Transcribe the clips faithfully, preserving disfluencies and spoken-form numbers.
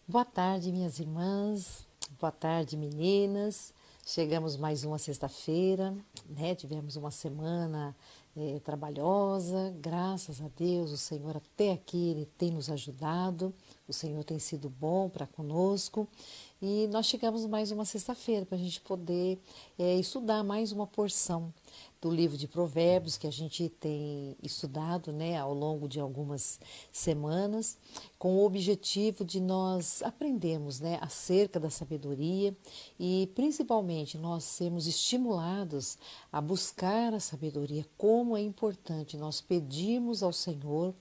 Boa tarde, minhas irmãs. Boa tarde, meninas. Chegamos mais uma sexta-feira, né? Tivemos uma semana eh, trabalhosa. Graças a Deus, o Senhor até aqui ele tem nos ajudado. O Senhor tem sido bom para conosco. E nós chegamos mais uma sexta-feira para a gente poder eh, estudar mais uma porção do livro de Provérbios que a gente tem estudado, né, ao longo de algumas semanas, com o objetivo de nós aprendermos, né, acerca da sabedoria e principalmente nós sermos estimulados a buscar a sabedoria. Como é importante nós pedirmos ao Senhor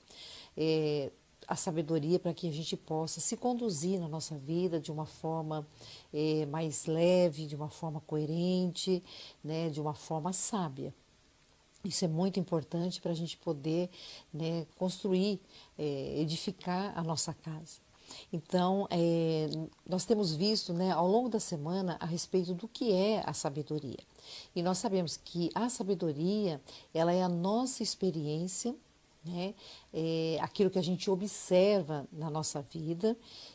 é, a sabedoria para que a gente possa se conduzir na nossa vida de uma forma é, mais leve, de uma forma coerente, né, de uma forma sábia. Isso é muito importante para a gente poder, né, construir, é, edificar a nossa casa. Então, é, nós temos visto, né, ao longo da semana a respeito do que é a sabedoria. E nós sabemos que a sabedoria, ela é a nossa experiência, né? É aquilo que a gente observa na nossa vida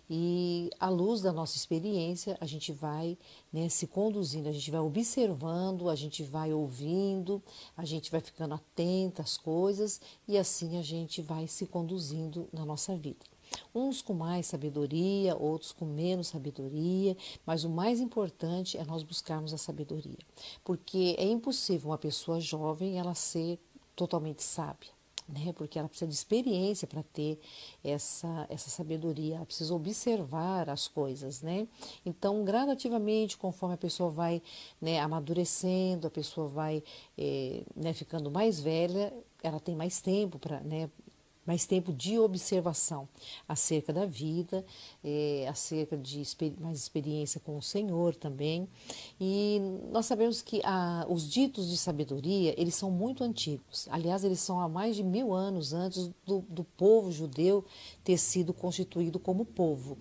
e à luz da nossa experiência a gente vai, né, se conduzindo, a gente vai observando, a gente vai ouvindo, a gente vai ficando atenta às coisas e assim a gente vai se conduzindo na nossa vida. Uns com mais sabedoria, outros com menos sabedoria, mas o mais importante é nós buscarmos a sabedoria, porque é impossível uma pessoa jovem ela ser totalmente sábia. Né? Porque ela precisa de experiência para ter essa, essa sabedoria, ela precisa observar as coisas, né? Então, gradativamente, conforme a pessoa vai, né, amadurecendo, a pessoa vai é, né, ficando mais velha, ela tem mais tempo para, né, mais tempo de observação acerca da vida, é, acerca de mais experiência com o Senhor também. E nós sabemos que a, os ditos de sabedoria, eles são muito antigos. Aliás, eles são há mais de mil anos antes do, do povo judeu ter sido constituído como povo.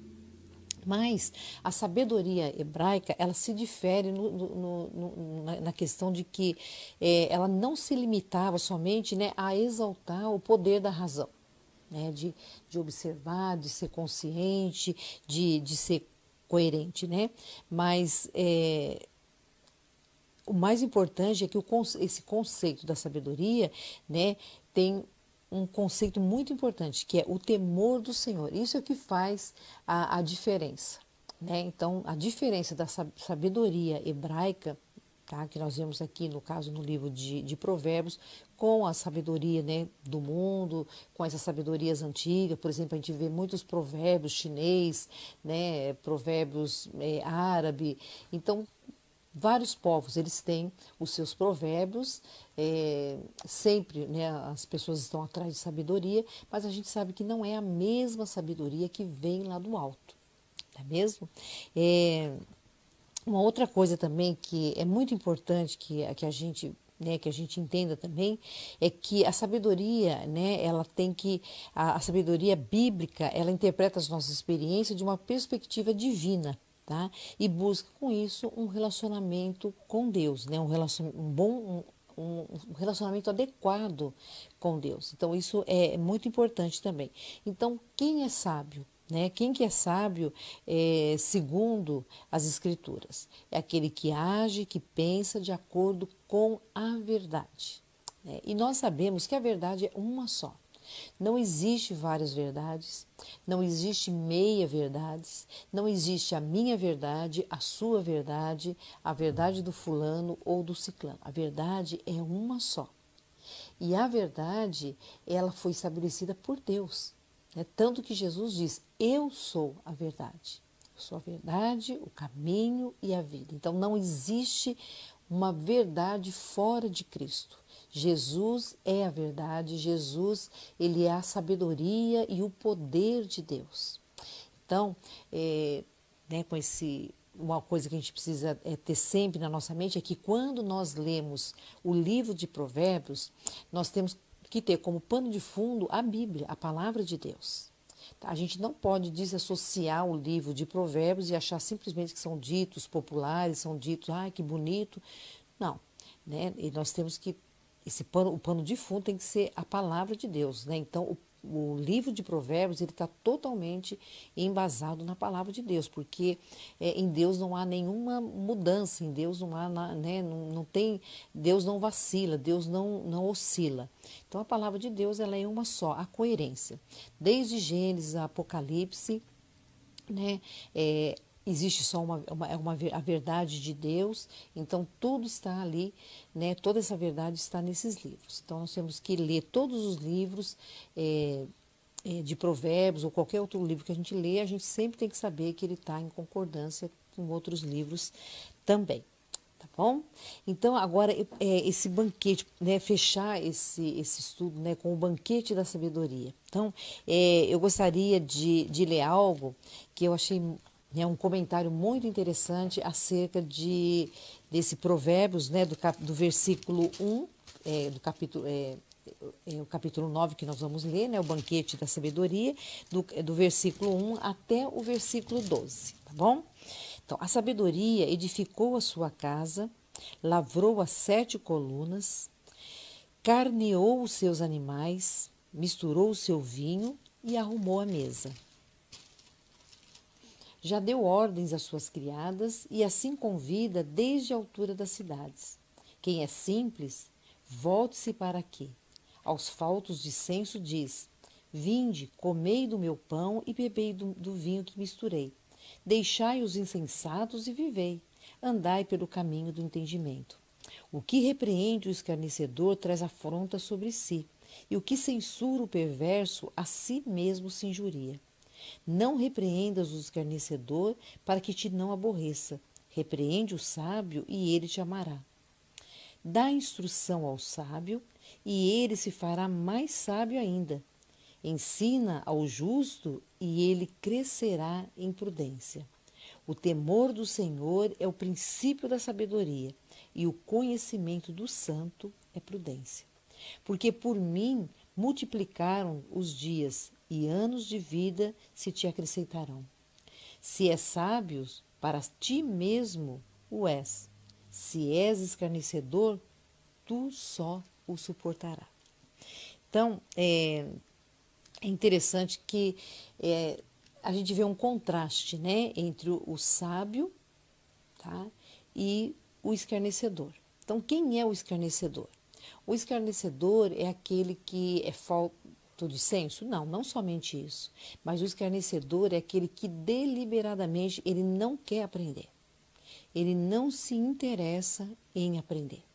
Mas a sabedoria hebraica, ela se difere no, no, no, na, na questão de que é, ela não se limitava somente, né, a exaltar o poder da razão, né, de, de observar, de ser consciente, de, de ser coerente, né? Mas é, o mais importante é que o, esse conceito da sabedoria, né, tem um conceito muito importante, que é o temor do Senhor. Isso é o que faz a, a diferença, né? Então, a diferença da sabedoria hebraica, tá, que nós vemos aqui, no caso, no livro de, de Provérbios, com a sabedoria, né, do mundo, com essas sabedorias antigas. Por exemplo, a gente vê muitos provérbios chinês, né, provérbios é, árabe. Então, vários povos, eles têm os seus provérbios, é, sempre, né, as pessoas estão atrás de sabedoria, mas a gente sabe que não é a mesma sabedoria que vem lá do alto, não é mesmo? É, uma outra coisa também que é muito importante que, que a gente né, que a gente entenda também, é que a sabedoria, né, ela tem que, a, a sabedoria bíblica, ela interpreta as nossas experiências de uma perspectiva divina. Tá? E busca com isso um relacionamento com Deus, né? um, relacion, um bom um, um relacionamento adequado com Deus. Então isso é muito importante também. Então quem é sábio, né? Quem que é sábio é, segundo as Escrituras? É aquele que age, que pensa de acordo com a verdade. Né? E nós sabemos que a verdade é uma só. Não existe várias verdades, não existe meia verdades, não existe a minha verdade, a sua verdade, a verdade do fulano ou do ciclano. A verdade é uma só. E a verdade, ela foi estabelecida por Deus. Né? Tanto que Jesus diz, eu sou a verdade. Eu sou a verdade, o caminho e a vida. Então não existe uma verdade fora de Cristo. Jesus é a verdade, Jesus, ele é a sabedoria e o poder de Deus. Então, é, né, com esse, uma coisa que a gente precisa é, ter sempre na nossa mente é que quando nós lemos o livro de Provérbios, nós temos que ter como pano de fundo a Bíblia, a palavra de Deus. A gente não pode desassociar o livro de Provérbios e achar simplesmente que são ditos populares, são ditos, ai, que bonito. Não, né? E nós temos que, esse pano, o pano de fundo tem que ser a palavra de Deus, né? Então, o o livro de Provérbios ele está totalmente embasado na palavra de Deus, porque é, em Deus não há nenhuma mudança, em Deus não há, né, não, não tem, Deus não vacila, Deus não, não oscila. Então a palavra de Deus ela é uma só, a coerência. Desde Gênesis a Apocalipse, né, é, existe só uma, uma, uma, a verdade de Deus, então tudo está ali, né, toda essa verdade está nesses livros. Então nós temos que ler todos os livros é, é, de Provérbios ou qualquer outro livro que a gente lê, a gente sempre tem que saber que ele está em concordância com outros livros também. Tá bom? Então, agora, é, esse banquete, né, fechar esse, esse estudo, né, com o banquete da sabedoria. Então, é, eu gostaria de, de ler algo que eu achei, né, um comentário muito interessante acerca de, desse Provérbios, né, do, cap, do versículo um, é, do capítulo... É, é o capítulo nove que nós vamos ler, né, o banquete da sabedoria, do, do versículo um até o versículo doze, tá bom? Então, a sabedoria edificou a sua casa, lavrou as sete colunas, carneou os seus animais, misturou o seu vinho e arrumou a mesa. Já deu ordens às suas criadas e assim convida desde a altura das cidades. Quem é simples, volte-se para aqui. Aos faltos de senso diz: vinde, comei do meu pão e bebei do, do vinho que misturei. Deixai os insensatos e vivei. Andai pelo caminho do entendimento. O que repreende o escarnecedor traz afronta sobre si, e o que censura o perverso a si mesmo se injuria. Não repreendas o escarnecedor para que te não aborreça. Repreende o sábio e ele te amará. Dá instrução ao sábio e ele se fará mais sábio ainda. Ensina ao justo e ele crescerá em prudência. O temor do Senhor é o princípio da sabedoria e o conhecimento do santo é prudência. Porque por mim multiplicaram os dias e anos de vida se te acrescentarão. Se és sábio, para ti mesmo o és. Se és escarnecedor, tu só o suportarás. Então, é, é interessante que é, a gente vê um contraste, né, entre o, o sábio, tá, e o escarnecedor. Então, quem é o escarnecedor? O escarnecedor é aquele que é falto de senso? Não, não somente isso. Mas o escarnecedor é aquele que deliberadamente ele não quer aprender. Ele não se interessa em aprender.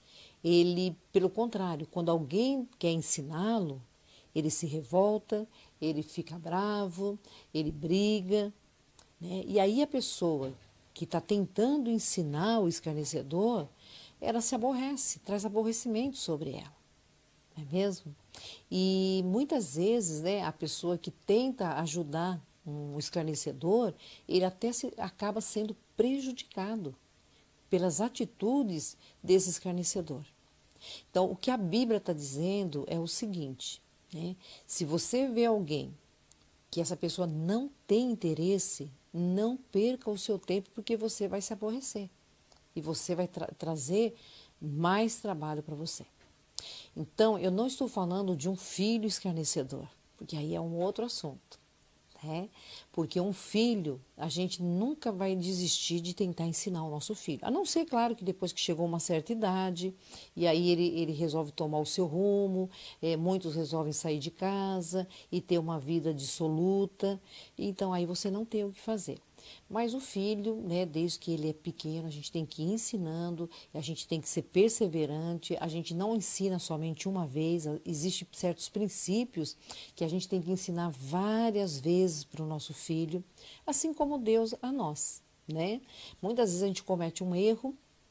Ele, pelo contrário, quando alguém quer ensiná-lo, ele se revolta, ele fica bravo, ele briga, né? E aí a pessoa que está tentando ensinar o escarnecedor, ela se aborrece, traz aborrecimento sobre ela, não é mesmo? E muitas vezes, né, a pessoa que tenta ajudar um escarnecedor, ele até se, acaba sendo prejudicado pelas atitudes desse escarnecedor. Então, o que a Bíblia está dizendo é o seguinte, né? Se você vê alguém que essa pessoa não tem interesse, não perca o seu tempo, porque você vai se aborrecer e você vai tra trazer mais trabalho para você. Então, eu não estou falando de um filho escarnecedor, porque aí é um outro assunto. Né? Porque um filho, a gente nunca vai desistir de tentar ensinar o nosso filho. A não ser, claro, que depois que chegou uma certa idade, e aí ele, ele resolve tomar o seu rumo, é, muitos resolvem sair de casa e ter uma vida dissoluta, então aí você não tem o que fazer. Mas o filho, né, desde que ele é pequeno, a gente tem que ir ensinando, a gente tem que ser perseverante, a gente não ensina somente uma vez, existem certos princípios que a gente tem que ensinar várias vezes para o nosso filho, assim como Deus a nós, né? Muitas vezes a gente comete um erro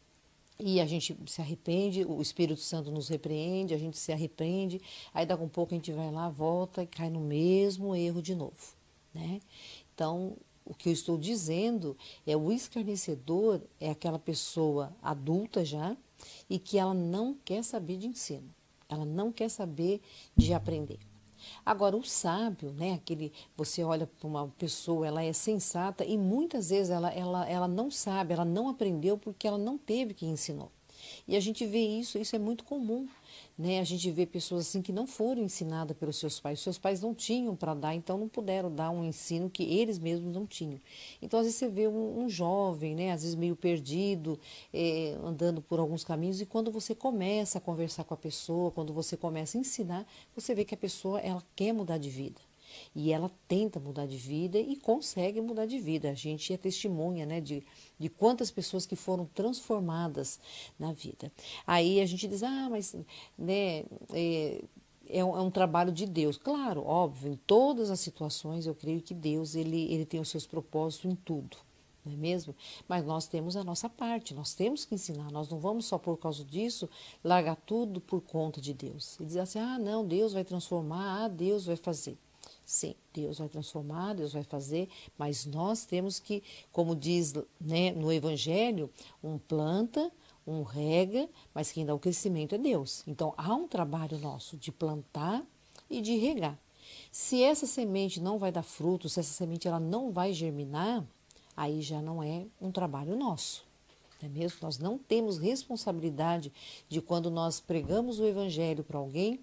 e a gente se arrepende, o Espírito Santo nos repreende, a gente se arrepende, aí daqui a um pouco a gente vai lá, volta e cai no mesmo erro de novo, né? Então, o que eu estou dizendo é o escarnecedor é aquela pessoa adulta já e que ela não quer saber de ensino, ela não quer saber de aprender. Agora, o sábio, né, aquele, você olha para uma pessoa, ela é sensata e muitas vezes ela, ela, ela não sabe, ela não aprendeu porque ela não teve quem ensinou. E a gente vê isso, isso é muito comum, né? A gente vê pessoas assim que não foram ensinadas pelos seus pais, os seus pais não tinham para dar, então não puderam dar um ensino que eles mesmos não tinham. Então, às vezes você vê um, um jovem, né? Às vezes meio perdido, é, andando por alguns caminhos, e quando você começa a conversar com a pessoa, quando você começa a ensinar, você vê que a pessoa, ela quer mudar de vida. E ela tenta mudar de vida e consegue mudar de vida. A gente é testemunha, né, de, de quantas pessoas que foram transformadas na vida. Aí a gente diz, ah, mas né, é, é um, é um trabalho de Deus. Claro, óbvio, em todas as situações eu creio que Deus ele, ele tem os seus propósitos em tudo. Não é mesmo? Mas nós temos a nossa parte, nós temos que ensinar, nós não vamos só por causa disso largar tudo por conta de Deus. E dizer assim, ah, não, Deus vai transformar, ah, Deus vai fazer. Sim, Deus vai transformar, Deus vai fazer, mas nós temos que, como diz, né, no Evangelho, um planta, um rega, mas quem dá o crescimento é Deus. Então há um trabalho nosso de plantar e de regar. Se essa semente não vai dar fruto, se essa semente ela não vai germinar, aí já não é um trabalho nosso. Não é mesmo? Nós não temos responsabilidade de quando nós pregamos o Evangelho para alguém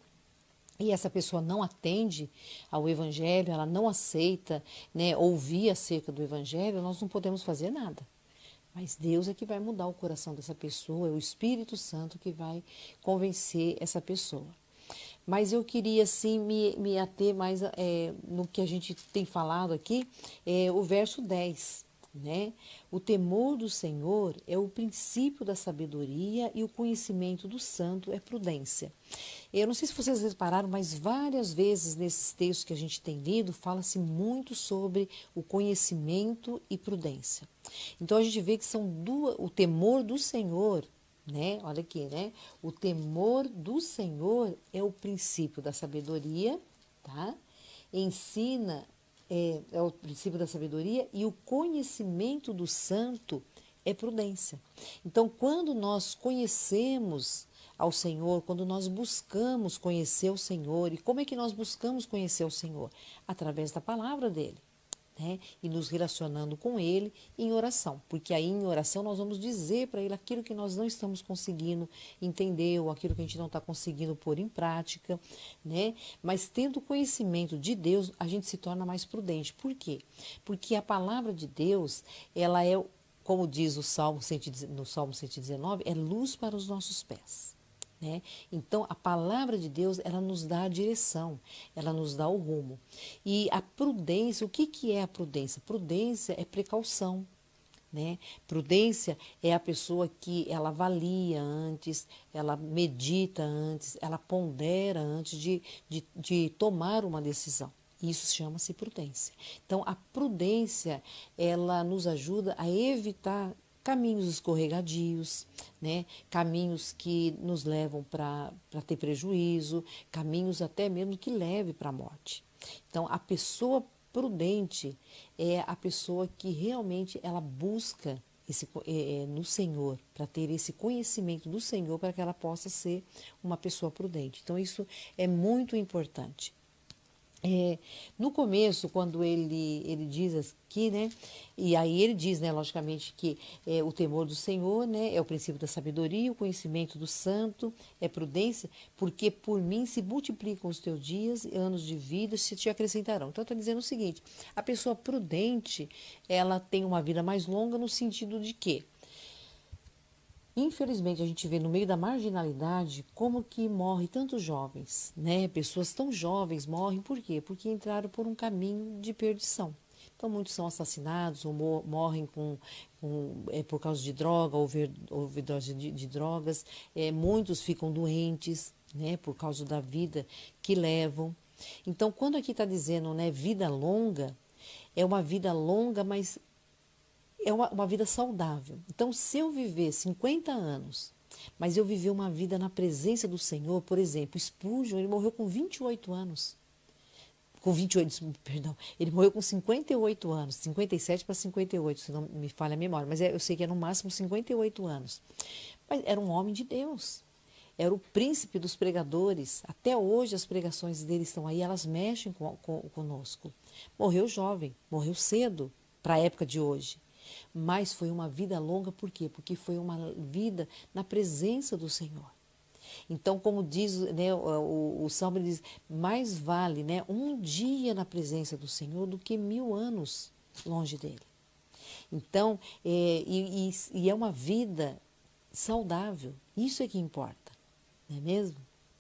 e essa pessoa não atende ao Evangelho, ela não aceita, né, ouvir acerca do Evangelho, nós não podemos fazer nada. Mas Deus é que vai mudar o coração dessa pessoa, é o Espírito Santo que vai convencer essa pessoa. Mas eu queria, sim, me, me ater mais é, no que a gente tem falado aqui, é, o verso dez. Né? O temor do Senhor é o princípio da sabedoria e o conhecimento do santo é prudência. Eu não sei se vocês repararam, mas várias vezes nesses textos que a gente tem lido, fala-se muito sobre o conhecimento e prudência. Então a gente vê que são duas, o temor do Senhor, né? Olha aqui, né? O temor do Senhor é o princípio da sabedoria, tá? Ensina É, é o princípio da sabedoria e o conhecimento do santo é prudência. Então, quando nós conhecemos ao Senhor, quando nós buscamos conhecer o Senhor, e como é que nós buscamos conhecer o Senhor? Através da palavra dele. Né? E nos relacionando com Ele em oração, porque aí em oração nós vamos dizer para Ele aquilo que nós não estamos conseguindo entender ou aquilo que a gente não está conseguindo pôr em prática, né? Mas tendo conhecimento de Deus, a gente se torna mais prudente. Por quê? Porque a palavra de Deus, ela é, como diz o Salmo no Salmo cento e dezenove, é luz para os nossos pés. Né? Então, a palavra de Deus, ela nos dá a direção, ela nos dá o rumo. E a prudência, o que, que é a prudência? Prudência é precaução. Né? Prudência é a pessoa que ela avalia antes, ela medita antes, ela pondera antes de, de, de tomar uma decisão. Isso chama-se prudência. Então, a prudência, ela nos ajuda a evitar caminhos escorregadios, né? Caminhos que nos levam para ter prejuízo, caminhos até mesmo que leve para a morte. Então, a pessoa prudente é a pessoa que realmente ela busca esse, é, no Senhor, para ter esse conhecimento do Senhor, para que ela possa ser uma pessoa prudente. Então, isso é muito importante. É, no começo, quando ele, ele diz aqui, né, e aí ele diz, né, logicamente, que é, o temor do Senhor, né, é o princípio da sabedoria, o conhecimento do santo, é prudência, porque por mim se multiplicam os teus dias e anos de vida se te acrescentarão. Então, está dizendo o seguinte, a pessoa prudente, ela tem uma vida mais longa no sentido de que, infelizmente, a gente vê no meio da marginalidade como que morre tantos jovens, né? Pessoas tão jovens morrem, por quê? Porque entraram por um caminho de perdição. Então, muitos são assassinados ou morrem com, com, é, por causa de droga, over, overdose de, de drogas. É, muitos ficam doentes, né? Por causa da vida que levam. Então, quando aqui está dizendo, né, vida longa, é uma vida longa, mas é uma, uma vida saudável. Então, se eu viver cinquenta anos, mas eu viver uma vida na presença do Senhor, por exemplo, Spurgeon, ele morreu com vinte e oito anos. Com vinte e oito, perdão, ele morreu com cinquenta e oito anos, cinquenta e sete para cinquenta e oito, se não me falha a memória, mas é, eu sei que é no máximo cinquenta e oito anos. Mas era um homem de Deus, era o príncipe dos pregadores. Até hoje as pregações dele estão aí, elas mexem com, com, conosco. Morreu jovem, morreu cedo para a época de hoje. Mas foi uma vida longa, por quê? Porque foi uma vida na presença do Senhor. Então, como diz, né, o, o, o Salmo diz, mais vale, né, um dia na presença do Senhor do que mil anos longe dele. Então, é, e, e, e é uma vida saudável, isso é que importa, não é mesmo?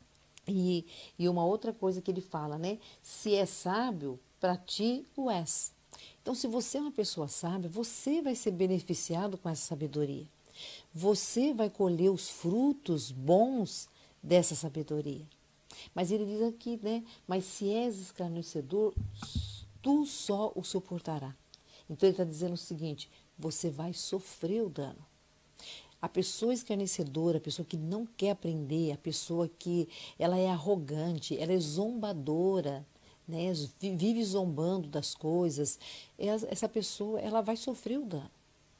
E, e uma outra coisa que ele fala, né? Se é sábio, para ti o és. Então, se você é uma pessoa sábia, você vai ser beneficiado com essa sabedoria. Você vai colher os frutos bons dessa sabedoria. Mas ele diz aqui, né? Mas se és escarnecedor, tu só o suportará. Então ele está dizendo o seguinte: você vai sofrer o dano. A pessoa escarnecedora, a pessoa que não quer aprender, a pessoa que ela é arrogante, ela é zombadora, né? Vive zombando das coisas, essa pessoa ela vai sofrer o dano.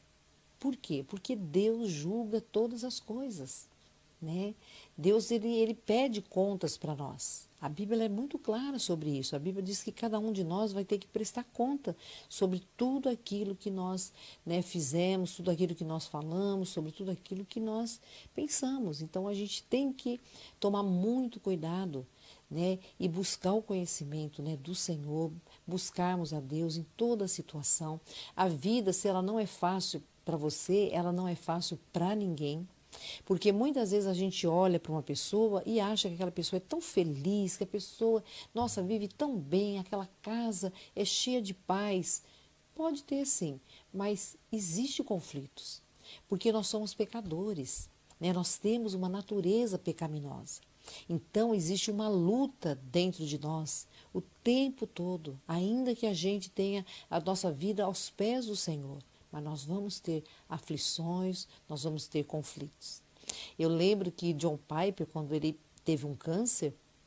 Por quê? Porque Deus julga todas as coisas, né? Deus ele, ele pede contas para nós. A Bíblia é muito clara sobre isso. A Bíblia diz que cada um de nós vai ter que prestar conta sobre tudo aquilo que nós, né, fizemos, tudo aquilo que nós falamos, sobre tudo aquilo que nós pensamos. Então a gente tem que tomar muito cuidado, né, e buscar o conhecimento, né, do Senhor, buscarmos a Deus em toda situação. A vida, se ela não é fácil para você, ela não é fácil para ninguém. Porque muitas vezes a gente olha para uma pessoa e acha que aquela pessoa é tão feliz, que a pessoa, nossa, vive tão bem, aquela casa é cheia de paz. Pode ter sim, mas existem conflitos, porque nós somos pecadores, né? Nós temos uma natureza pecaminosa. Então existe uma luta dentro de nós o tempo todo, ainda que a gente tenha a nossa vida aos pés do Senhor. Mas nós vamos ter aflições, nós vamos ter conflitos. Eu lembro que John Piper, quando ele teve um câncer,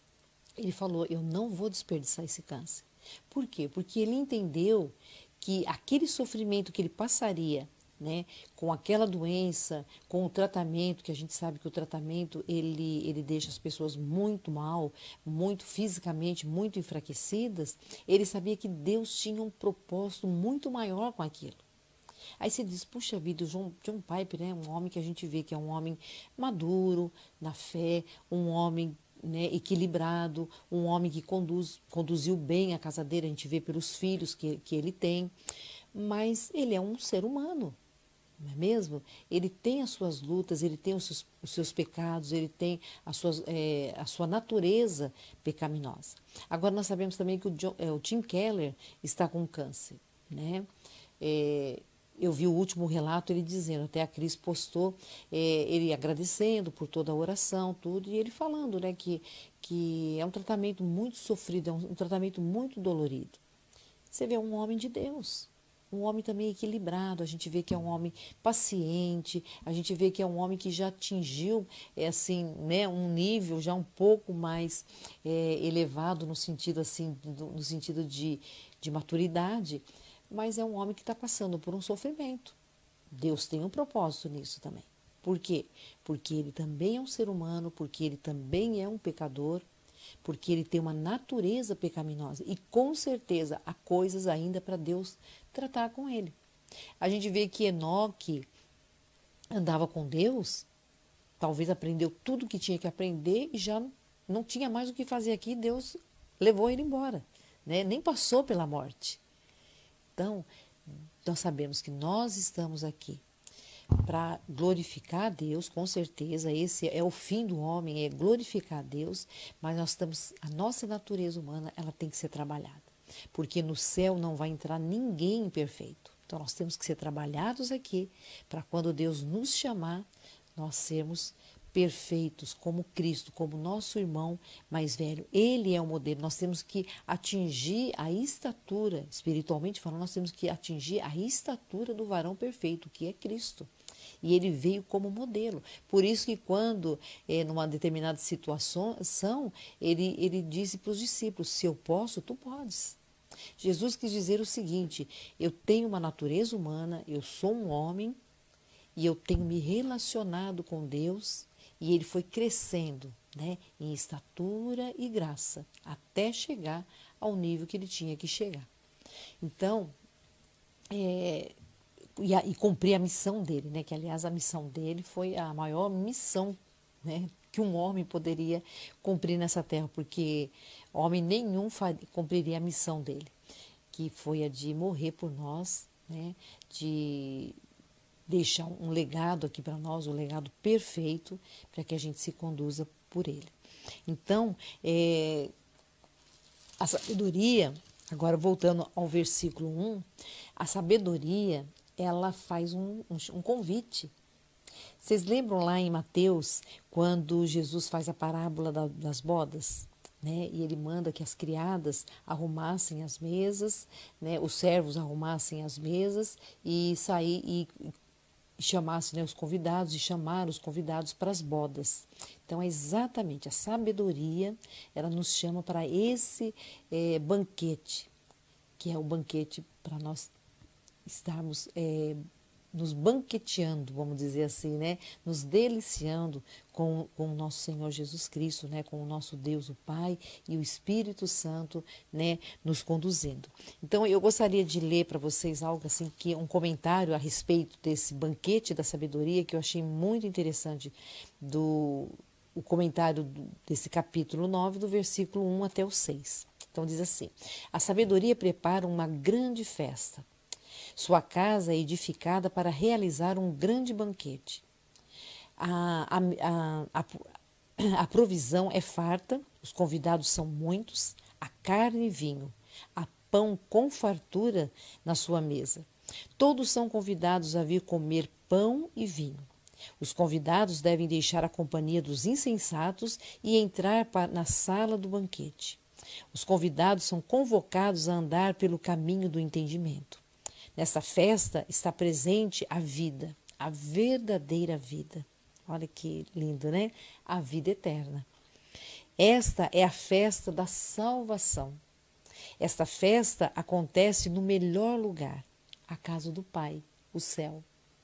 ele falou, eu não vou desperdiçar esse câncer. Por quê? Porque ele entendeu que aquele sofrimento que ele passaria, né, com aquela doença, com o tratamento, que a gente sabe que o tratamento ele, ele deixa as pessoas muito mal, muito fisicamente, muito enfraquecidas, ele sabia que Deus tinha um propósito muito maior com aquilo. Aí você diz, puxa vida, o John, John Piper, né, um homem que a gente vê que é um homem maduro na fé, um homem, né, equilibrado, um homem que conduz, conduziu bem a casa dele, a gente vê pelos filhos que, que ele tem, mas ele é um ser humano, não é mesmo? Ele tem as suas lutas, ele tem os seus, os seus pecados, ele tem a, suas, é, a sua natureza pecaminosa. Agora nós sabemos também que o, John, é, o Tim Keller está com câncer, né? É, eu vi o último relato, ele dizendo, até a Cris postou, é, ele agradecendo por toda a oração, tudo, e ele falando, né, que, que é um tratamento muito sofrido, é um, um tratamento muito dolorido. Você vê um homem de Deus, um homem também equilibrado, a gente vê que é um homem paciente, a gente vê que é um homem que já atingiu, é, assim, né, um nível já um pouco mais é, elevado no sentido, assim, do, no sentido de, de maturidade, mas é um homem que está passando por um sofrimento. Deus tem um propósito nisso também. Por quê? Porque ele também é um ser humano, porque ele também é um pecador, porque ele tem uma natureza pecaminosa. E com certeza há coisas ainda para Deus tratar com ele. A gente vê que Enoque andava com Deus, talvez aprendeu tudo que tinha que aprender e já não tinha mais o que fazer aqui, Deus levou ele embora, né? Nem passou pela morte. Então, nós sabemos que nós estamos aqui para glorificar a Deus, com certeza, esse é o fim do homem, é glorificar a Deus, mas nós estamos, a nossa natureza humana, ela tem que ser trabalhada, porque no céu não vai entrar ninguém imperfeito. Então, nós temos que ser trabalhados aqui, para quando Deus nos chamar, nós sermos perfeitos, como Cristo, como nosso irmão mais velho. Ele é o modelo. Nós temos que atingir a estatura, espiritualmente falando, nós temos que atingir a estatura do varão perfeito, que é Cristo. E ele veio como modelo. Por isso que quando, é, numa determinada situação, ele, ele disse para os discípulos, se eu posso, tu podes. Jesus quis dizer o seguinte, eu tenho uma natureza humana, eu sou um homem, e eu tenho me relacionado com Deus, e ele foi crescendo, né, em estatura e graça, até chegar ao nível que ele tinha que chegar. Então, é, e, a, e cumprir a missão dele, né? Que aliás a missão dele foi a maior missão, né, que um homem poderia cumprir nessa terra, porque homem nenhum faria, cumpriria a missão dele, que foi a de morrer por nós, né, de deixar um legado aqui para nós, um legado perfeito, para que a gente se conduza por ele. Então, é, a sabedoria, agora voltando ao versículo um, a sabedoria, ela faz um, um, um convite. Vocês lembram lá em Mateus, quando Jesus faz a parábola da, das bodas? Né? E ele manda que as criadas arrumassem as mesas, né? Os servos arrumassem as mesas e sair e chamassem, né, os convidados e chamar os convidados para as bodas. Então é exatamente a sabedoria, ela nos chama para esse é, banquete, que é o banquete para nós estarmos é, nos banqueteando, vamos dizer assim, né? Nos deliciando com, com o nosso Senhor Jesus Cristo, né? Com o nosso Deus, o Pai e o Espírito Santo, né? Nos conduzindo. Então, eu gostaria de ler para vocês algo assim, que um comentário a respeito desse banquete da sabedoria, que eu achei muito interessante, do o comentário do, desse capítulo nove, do versículo um até o seis. Então, diz assim: a sabedoria prepara uma grande festa. Sua casa é edificada para realizar um grande banquete. A, a, a, a, a provisão é farta, os convidados são muitos, há carne e vinho, há pão com fartura na sua mesa. Todos são convidados a vir comer pão e vinho. Os convidados devem deixar a companhia dos insensatos e entrar na sala do banquete. Os convidados são convocados a andar pelo caminho do entendimento. Nessa festa está presente a vida, a verdadeira vida. Olha que lindo, né? A vida eterna. Esta é a festa da salvação. Esta festa acontece no melhor lugar, a casa do Pai, o céu,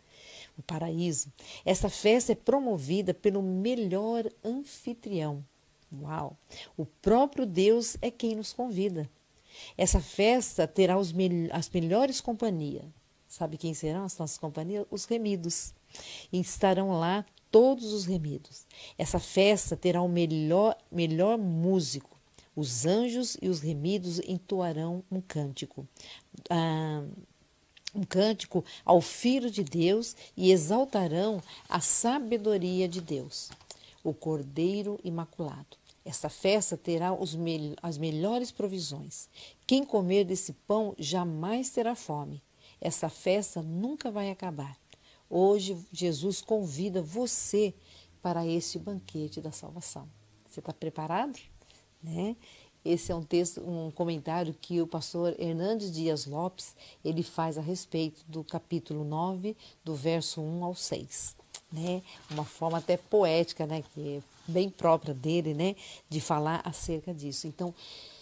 o paraíso. Esta festa é promovida pelo melhor anfitrião. Uau! O próprio Deus é quem nos convida. Essa festa terá os me as melhores companhias. Sabe quem serão as nossas companhias? Os remidos. E estarão lá todos os remidos. Essa festa terá o melhor, melhor músico. Os anjos e os remidos entoarão um cântico. Ah, um cântico ao Filho de Deus e exaltarão a sabedoria de Deus, o Cordeiro Imaculado. Esta festa terá os me as melhores provisões. Quem comer desse pão jamais terá fome. Essa festa nunca vai acabar. Hoje, Jesus convida você para este banquete da salvação. Você está preparado? Né? Esse é um texto, um comentário que o pastor Hernandes Dias Lopes ele faz a respeito do capítulo nove, do verso um ao seis. Né? Uma forma até poética, né? Que é bem própria dele, né? De falar acerca disso. Então,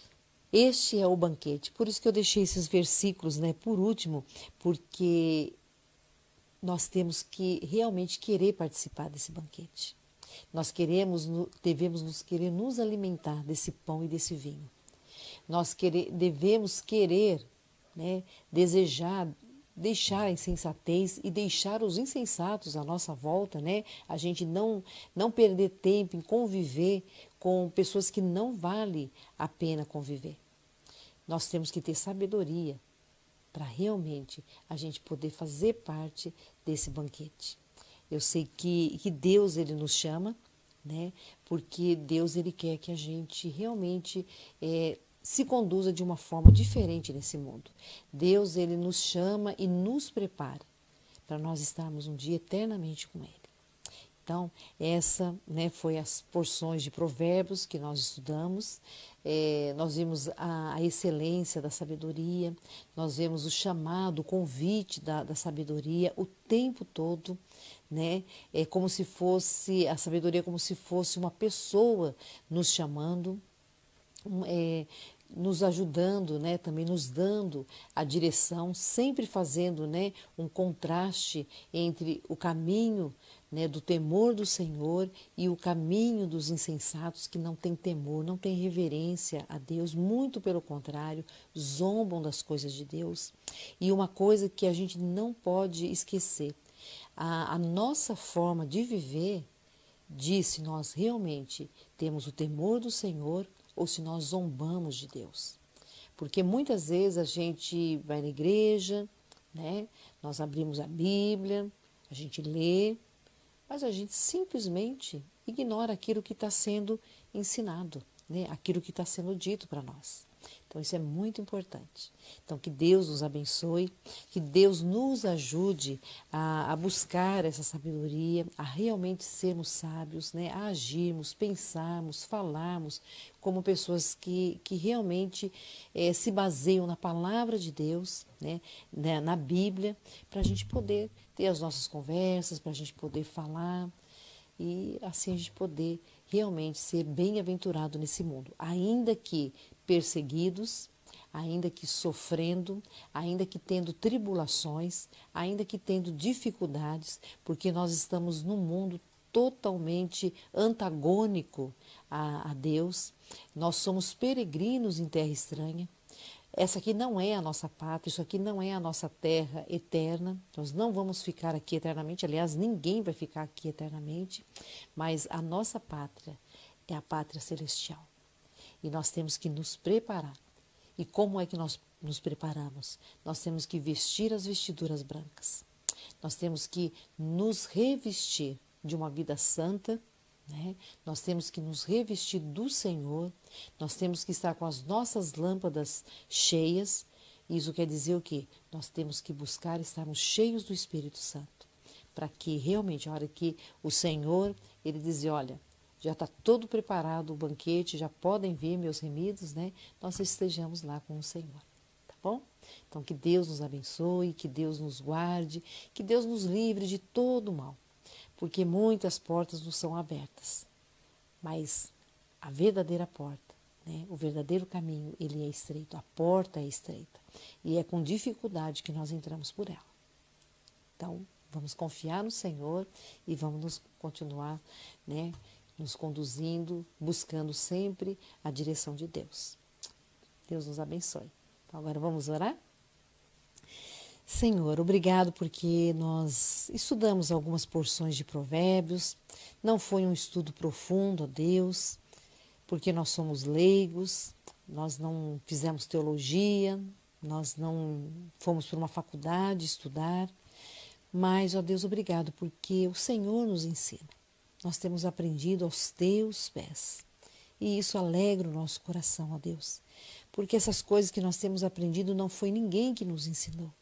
este é o banquete. Por isso que eu deixei esses versículos, né, por último, porque nós temos que realmente querer participar desse banquete. Nós queremos, devemos nos querer nos alimentar desse pão e desse vinho. Nós querer, devemos querer, né, desejar, deixar a insensatez e deixar os insensatos à nossa volta, né? A gente não, não perder tempo em conviver com pessoas que não vale a pena conviver. Nós temos que ter sabedoria para realmente a gente poder fazer parte desse banquete. Eu sei que, que Deus ele nos chama, né? Porque Deus ele quer que a gente realmente é, se conduza de uma forma diferente nesse mundo. Deus ele nos chama e nos prepara para nós estarmos um dia eternamente com Ele. Então, essa, né, foi as porções de provérbios que nós estudamos. É, nós vimos a, a excelência da sabedoria, nós vemos o chamado, o convite da, da sabedoria o tempo todo, né? É como se fosse, a sabedoria é como se fosse uma pessoa nos chamando, um, é, nos ajudando, né? Também nos dando a direção, sempre fazendo, né, um contraste entre o caminho né, do temor do Senhor e o caminho dos insensatos que não têm temor, não têm reverência a Deus, muito pelo contrário, zombam das coisas de Deus. E uma coisa que a gente não pode esquecer, a, a nossa forma de viver diz se nós realmente temos o temor do Senhor ou se nós zombamos de Deus. Porque muitas vezes a gente vai na igreja, né? Nós abrimos a Bíblia, a gente lê, mas a gente simplesmente ignora aquilo que está sendo ensinado, né? Aquilo que está sendo dito para nós. Então isso é muito importante. Então que Deus nos abençoe, que Deus nos ajude a, a buscar essa sabedoria, a realmente sermos sábios, né? A agirmos, pensarmos, falarmos como pessoas que, que realmente é, se baseiam na palavra de Deus, né? na, na Bíblia, para a gente poder ter as nossas conversas, para a gente poder falar e assim a gente poder realmente ser bem-aventurado nesse mundo, ainda que perseguidos, ainda que sofrendo, ainda que tendo tribulações, ainda que tendo dificuldades, porque nós estamos num mundo totalmente antagônico a, a Deus, nós somos peregrinos em terra estranha. Essa aqui não é a nossa pátria, isso aqui não é a nossa terra eterna, nós não vamos ficar aqui eternamente, aliás, ninguém vai ficar aqui eternamente, mas a nossa pátria é a pátria celestial. E nós temos que nos preparar. E como é que nós nos preparamos? Nós temos que vestir as vestiduras brancas. Nós temos que nos revestir de uma vida santa, né? Nós temos que nos revestir do Senhor, nós temos que estar com as nossas lâmpadas cheias. Isso quer dizer o quê? Nós temos que buscar estarmos cheios do Espírito Santo, para que realmente, a hora que o Senhor, Ele diz, olha, já está todo preparado o banquete, já podem vir meus remidos, né? Nós estejamos lá com o Senhor, tá bom? Então que Deus nos abençoe, que Deus nos guarde, que Deus nos livre de todo o mal. Porque muitas portas nos são abertas, mas a verdadeira porta, né, o verdadeiro caminho, ele é estreito, a porta é estreita, e é com dificuldade que nós entramos por ela. Então, vamos confiar no Senhor e vamos nos continuar, né, nos conduzindo, buscando sempre a direção de Deus. Deus nos abençoe. Então, agora vamos orar? Senhor, obrigado porque nós estudamos algumas porções de Provérbios, não foi um estudo profundo, ó Deus, porque nós somos leigos, nós não fizemos teologia, nós não fomos para uma faculdade estudar, mas, ó Deus, obrigado porque o Senhor nos ensina. Nós temos aprendido aos teus pés e isso alegra o nosso coração, ó Deus, porque essas coisas que nós temos aprendido não foi ninguém que nos ensinou.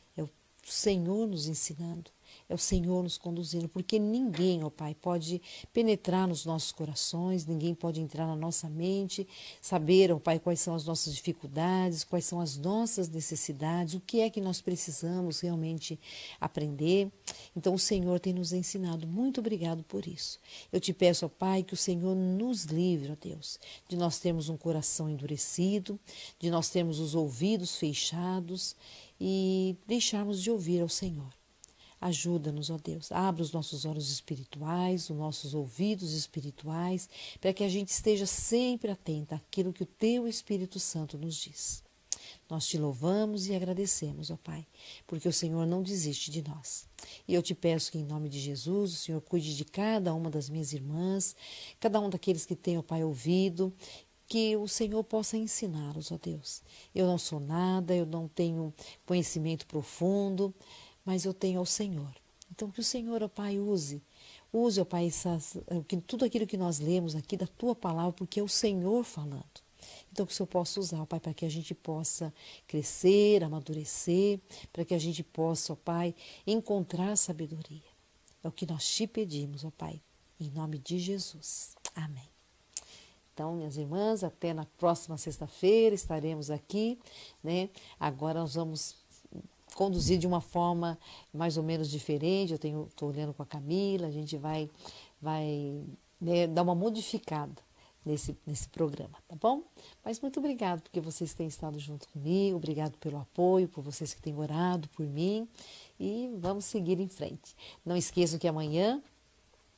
O Senhor nos ensinando, é o Senhor nos conduzindo, porque ninguém, ó Pai, pode penetrar nos nossos corações, ninguém pode entrar na nossa mente, saber, ó Pai, quais são as nossas dificuldades, quais são as nossas necessidades, o que é que nós precisamos realmente aprender. Então, o Senhor tem nos ensinado. Muito obrigado por isso. Eu te peço, ó Pai, que o Senhor nos livre, ó Deus, de nós termos um coração endurecido, de nós termos os ouvidos fechados e deixarmos de ouvir ao Senhor. Ajuda-nos, ó Deus, abra os nossos olhos espirituais, os nossos ouvidos espirituais, para que a gente esteja sempre atenta àquilo que o Teu Espírito Santo nos diz. Nós te louvamos e agradecemos, ó Pai, porque o Senhor não desiste de nós. E eu te peço que, em nome de Jesus, o Senhor cuide de cada uma das minhas irmãs, cada um daqueles que tem, ó Pai, ouvido, que o Senhor possa ensiná-los, ó Deus. Eu não sou nada, eu não tenho conhecimento profundo, mas eu tenho ao Senhor. Então, que o Senhor, ó Pai, use, use, ó Pai, essas, tudo aquilo que nós lemos aqui da Tua Palavra, porque é o Senhor falando. Então, que o Senhor possa usar, ó Pai, para que a gente possa crescer, amadurecer, para que a gente possa, ó Pai, encontrar sabedoria. É o que nós te pedimos, ó Pai, em nome de Jesus. Amém. Então, minhas irmãs, até na próxima sexta-feira estaremos aqui, né? Agora nós vamos conduzir de uma forma mais ou menos diferente. Eu tenho, estou olhando com a Camila, a gente vai, vai né, dar uma modificada nesse, nesse programa, tá bom? Mas muito obrigado porque vocês têm estado junto comigo, obrigado pelo apoio, por vocês que têm orado por mim e vamos seguir em frente. Não esqueçam que amanhã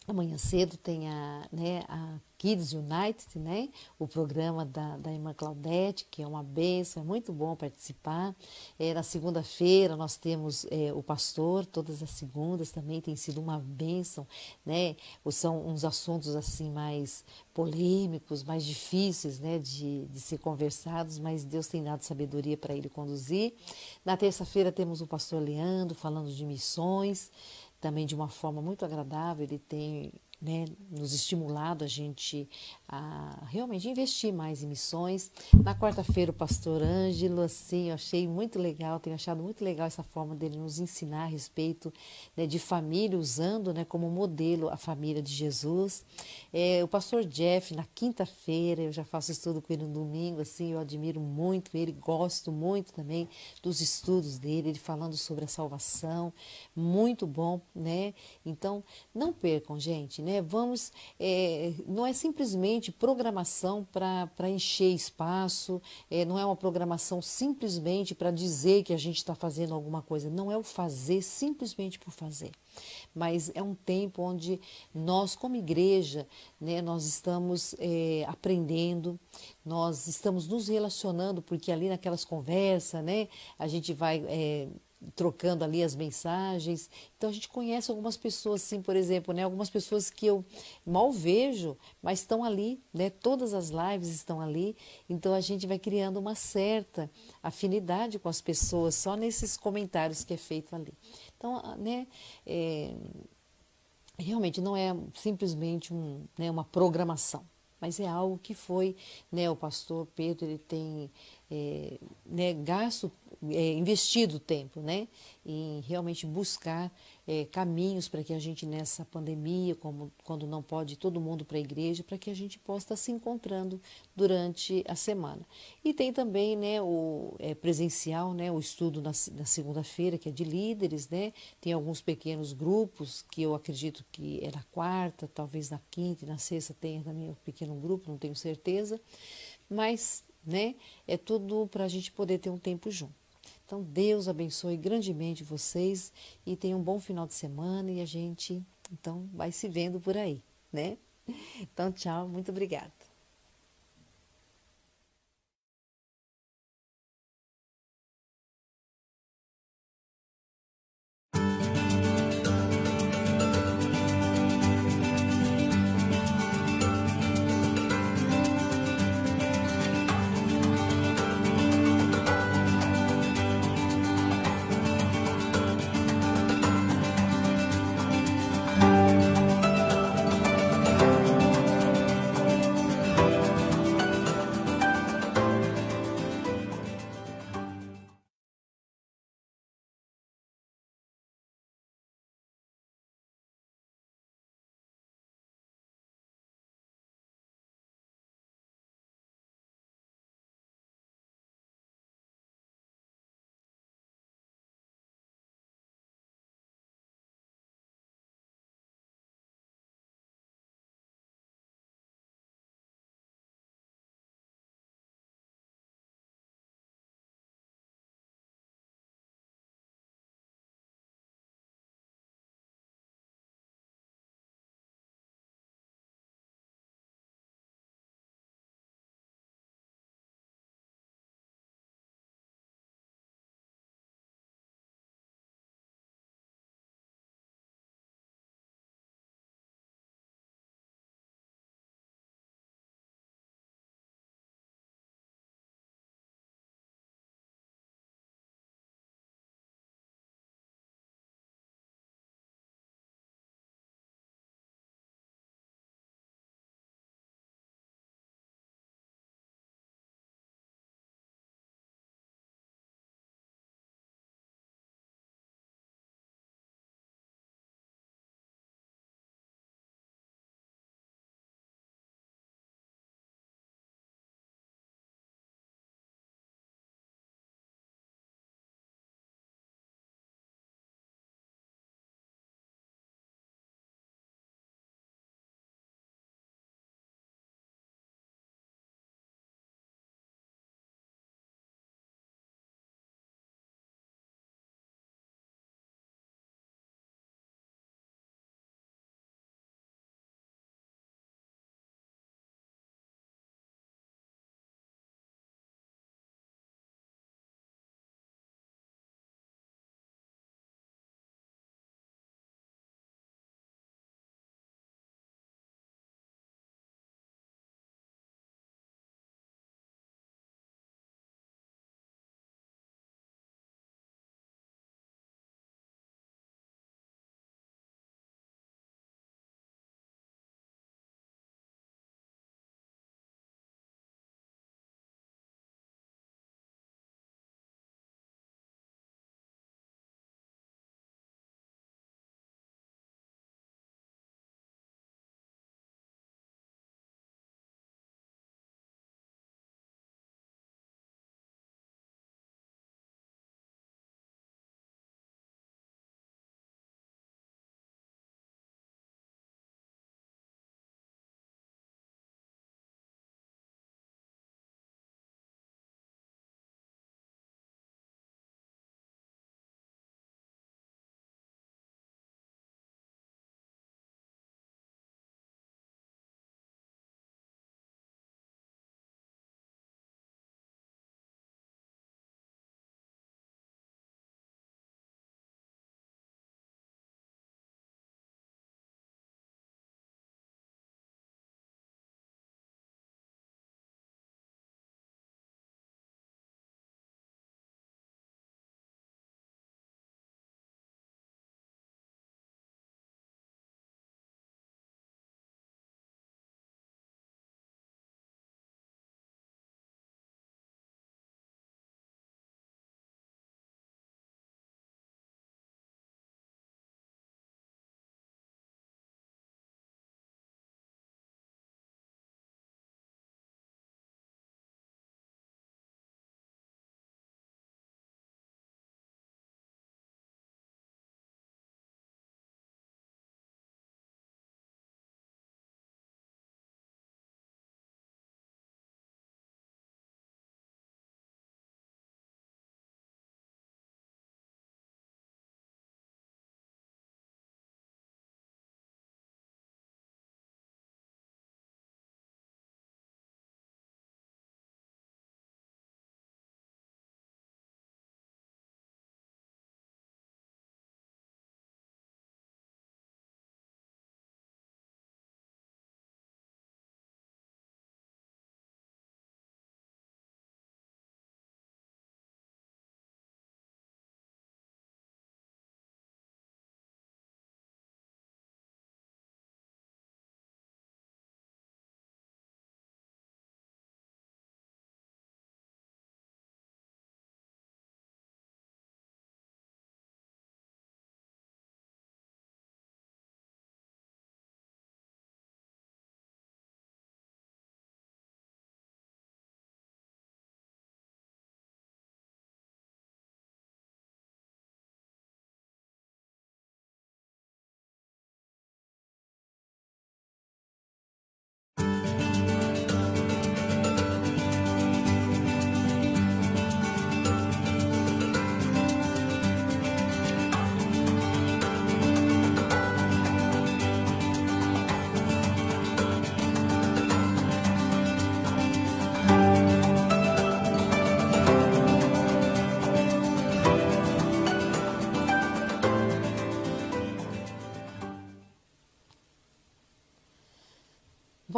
Amanhã cedo tem a, né, a Kids United, né, o programa da, da irmã Claudete, que é uma bênção, é muito bom participar. É, na segunda-feira nós temos é, o pastor, todas as segundas também tem sido uma bênção, né, são uns assuntos assim mais polêmicos, mais difíceis, né, de, de ser conversados, mas Deus tem dado sabedoria para ele conduzir. Na terça-feira temos o pastor Leandro falando de missões, também de uma forma muito agradável. Ele tem, né, nos estimulado a gente a realmente investir mais em missões. Na quarta-feira o pastor Ângelo, assim, eu achei muito legal, tenho achado muito legal essa forma dele nos ensinar a respeito, né, de família, usando, né, como modelo a família de Jesus. É, o pastor Jeff, na quinta-feira, eu já faço estudo com ele no domingo, assim, eu admiro muito ele, gosto muito também dos estudos dele, ele falando sobre a salvação, muito bom, né? Então, não percam, gente, né? Vamos, é, não é simplesmente programação para encher espaço, é, não é uma programação simplesmente para dizer que a gente está fazendo alguma coisa, não é o fazer simplesmente por fazer, mas é um tempo onde nós, como igreja, né, nós estamos é, aprendendo, nós estamos nos relacionando, porque ali naquelas conversas, né, a gente vai é, trocando ali as mensagens. Então a gente conhece algumas pessoas, assim, por exemplo, né, algumas pessoas que eu mal vejo, mas estão ali, né, todas as lives estão ali, então a gente vai criando uma certa afinidade com as pessoas só nesses comentários que é feito ali. Então, né, é, realmente não é simplesmente um, né, uma programação, mas é algo que foi, né, o pastor Pedro, ele tem é, né, gasto, é, investido tempo, né, em realmente buscar é, caminhos para que a gente nessa pandemia, como, quando não pode ir todo mundo para a igreja, para que a gente possa estar se encontrando durante a semana. E tem também, né, o é, presencial, né, o estudo na, na segunda-feira, que é de líderes, né, tem alguns pequenos grupos, que eu acredito que é na quarta, talvez na quinta e na sexta tenha também um pequeno grupo, não tenho certeza, mas, né, é tudo para a gente poder ter um tempo junto. Então, Deus abençoe grandemente vocês e tenha um bom final de semana e a gente, então, vai se vendo por aí, né? Então, tchau, muito obrigada.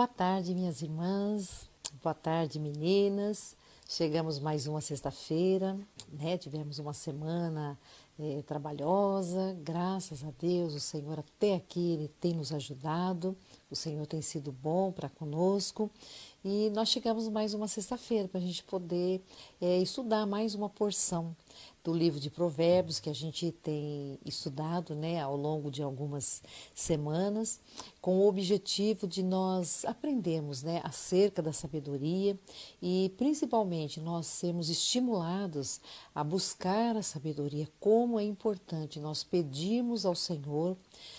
Boa tarde, minhas irmãs. Boa tarde, meninas. Chegamos mais uma sexta-feira, né? Tivemos uma semana eh, trabalhosa. Graças a Deus, o Senhor até aqui Ele tem nos ajudado. O Senhor tem sido bom para conosco. E nós chegamos mais uma sexta-feira para a gente poder eh, estudar mais uma porção do livro de Provérbios que a gente tem estudado, né, ao longo de algumas semanas, com o objetivo de nós aprendermos, né, acerca da sabedoria e principalmente nós sermos estimulados a buscar a sabedoria. Como é importante nós pedirmos ao Senhor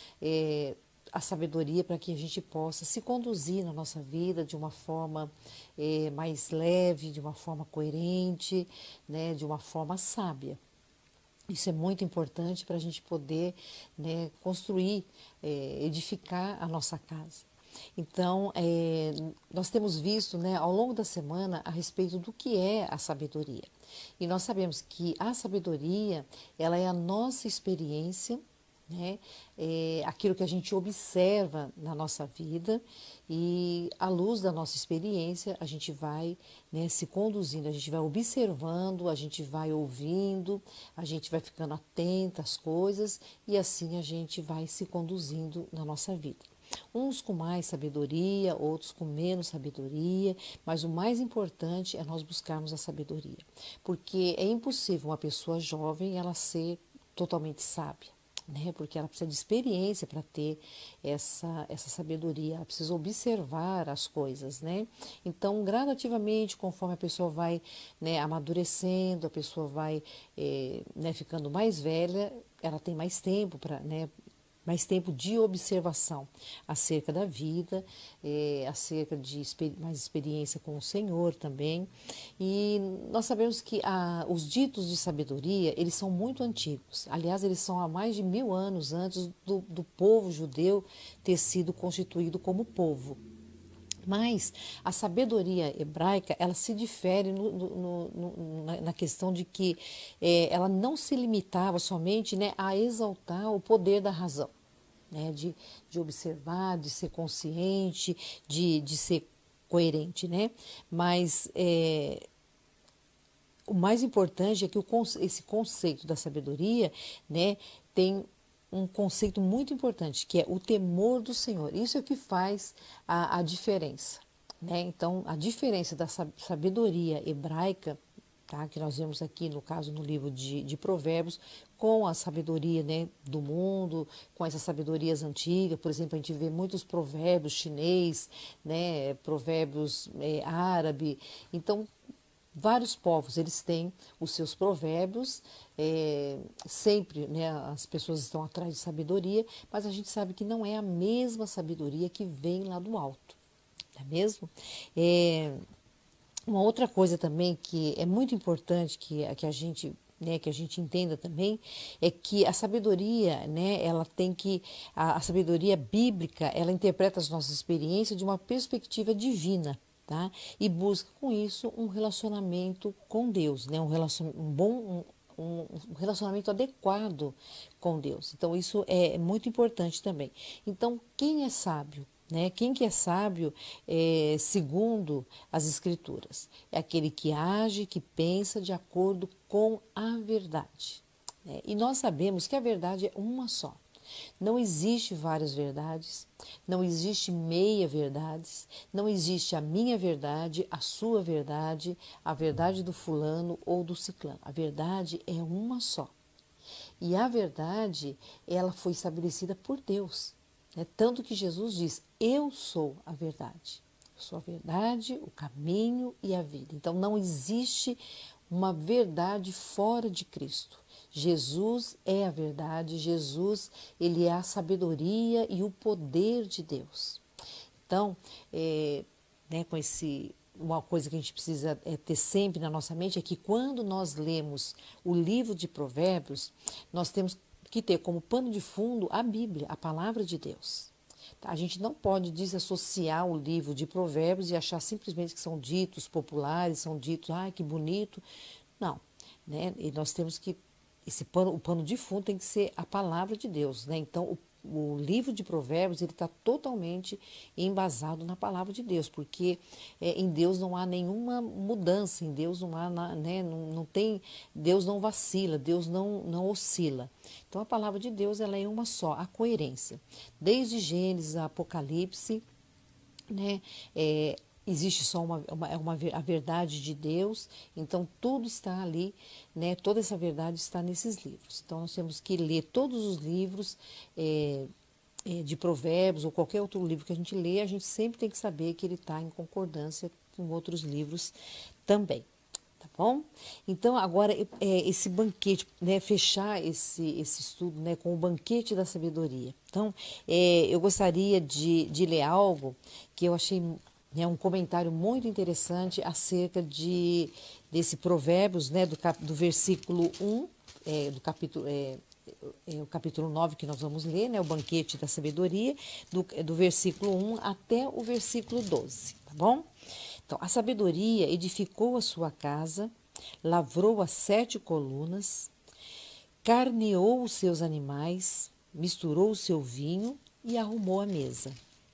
é, a sabedoria para que a gente possa se conduzir na nossa vida de uma forma é, mais leve, de uma forma coerente, né, de uma forma sábia. Isso é muito importante para a gente poder, né, construir, é, edificar a nossa casa. Então, é, nós temos visto, né, ao longo da semana a respeito do que é a sabedoria. E nós sabemos que a sabedoria, ela é a nossa experiência, né? É aquilo que a gente observa na nossa vida e à luz da nossa experiência a gente vai, né, se conduzindo, a gente vai observando, a gente vai ouvindo, a gente vai ficando atenta às coisas e assim a gente vai se conduzindo na nossa vida. Uns com mais sabedoria, outros com menos sabedoria, mas o mais importante é nós buscarmos a sabedoria, porque é impossível uma pessoa jovem ela ser totalmente sábia. Né, porque ela precisa de experiência para ter essa, essa sabedoria, ela precisa observar as coisas, né? Então, gradativamente, conforme a pessoa vai, né, amadurecendo, a pessoa vai é, né, ficando mais velha, ela tem mais tempo para, né, mais tempo de observação acerca da vida, é, acerca de exper- mais experiência com o Senhor também. E nós sabemos que a, os ditos de sabedoria, eles são muito antigos. Aliás, eles são há mais de mil anos antes do, do povo judeu ter sido constituído como povo. Mas a sabedoria hebraica, ela se difere no, no, no, na, na questão de que é, ela não se limitava somente, né, a exaltar o poder da razão, né, de, de observar, de ser consciente, de, de ser coerente, né? Mas é, o mais importante é que o, esse conceito da sabedoria, né, tem um conceito muito importante, que é o temor do Senhor. Isso é o que faz a, a diferença, né? Então, a diferença da sabedoria hebraica, tá, que nós vemos aqui, no caso, no livro de, de Provérbios, com a sabedoria, né, do mundo, com essas sabedorias antigas. Por exemplo, a gente vê muitos provérbios chinês, né, provérbios é, árabe. Então, vários povos, eles têm os seus provérbios, é, sempre, né, as pessoas estão atrás de sabedoria, mas a gente sabe que não é a mesma sabedoria que vem lá do alto, não é mesmo? É, uma outra coisa também que é muito importante que, que a gente, né, que a gente entenda também é que a sabedoria, né, ela tem que a, a sabedoria bíblica, ela interpreta as nossas experiências de uma perspectiva divina. Tá? E busca com isso um relacionamento com Deus, né? um, relacion, um bom um, um relacionamento adequado com Deus. Então isso é muito importante também. Então quem é sábio? Né? Quem que é sábio é, segundo as Escrituras? É aquele que age, que pensa de acordo com a verdade. Né? E nós sabemos que a verdade é uma só. Não existe várias verdades, não existe meia verdades, não existe a minha verdade, a sua verdade, a verdade do fulano ou do ciclano. A verdade é uma só. E a verdade, ela foi estabelecida por Deus. Né? Tanto que Jesus diz, eu sou a verdade. Eu sou a verdade, o caminho e a vida. Então não existe uma verdade fora de Cristo. Jesus é a verdade, Jesus, ele é a sabedoria e o poder de Deus. Então, é, né, com esse, uma coisa que a gente precisa é, ter sempre na nossa mente é que quando nós lemos o livro de Provérbios, nós temos que ter como pano de fundo a Bíblia, a palavra de Deus. A gente não pode desassociar o livro de Provérbios e achar simplesmente que são ditos populares, são ditos, ai, que bonito. Não, né? E nós temos que, esse pano, o pano de fundo tem que ser a palavra de Deus, né? Então, o o livro de Provérbios ele está totalmente embasado na palavra de Deus, porque é, em Deus não há nenhuma mudança, em Deus não há, né, não, não tem, Deus não vacila, Deus não, não oscila. Então a palavra de Deus ela é uma só, a coerência. Desde Gênesis a Apocalipse, né, é, existe só uma, uma, é uma, a verdade de Deus, então tudo está ali, né, toda essa verdade está nesses livros. Então nós temos que ler todos os livros é, é, de Provérbios ou qualquer outro livro que a gente lê, a gente sempre tem que saber que ele está em concordância com outros livros também. Tá bom? Então, agora, é, esse banquete, né, fechar esse, esse estudo, né, com o banquete da sabedoria. Então, é, eu gostaria de, de ler algo que eu achei, né, um comentário muito interessante acerca de, desse Provérbios, né, do, cap, do versículo um, é, do capítulo... É, é o capítulo nove que nós vamos ler, né, o banquete da sabedoria, do, do versículo um até o versículo doze, tá bom? Então, a sabedoria edificou a sua casa, lavrou as sete colunas, carneou os seus animais, misturou o seu vinho e arrumou a mesa.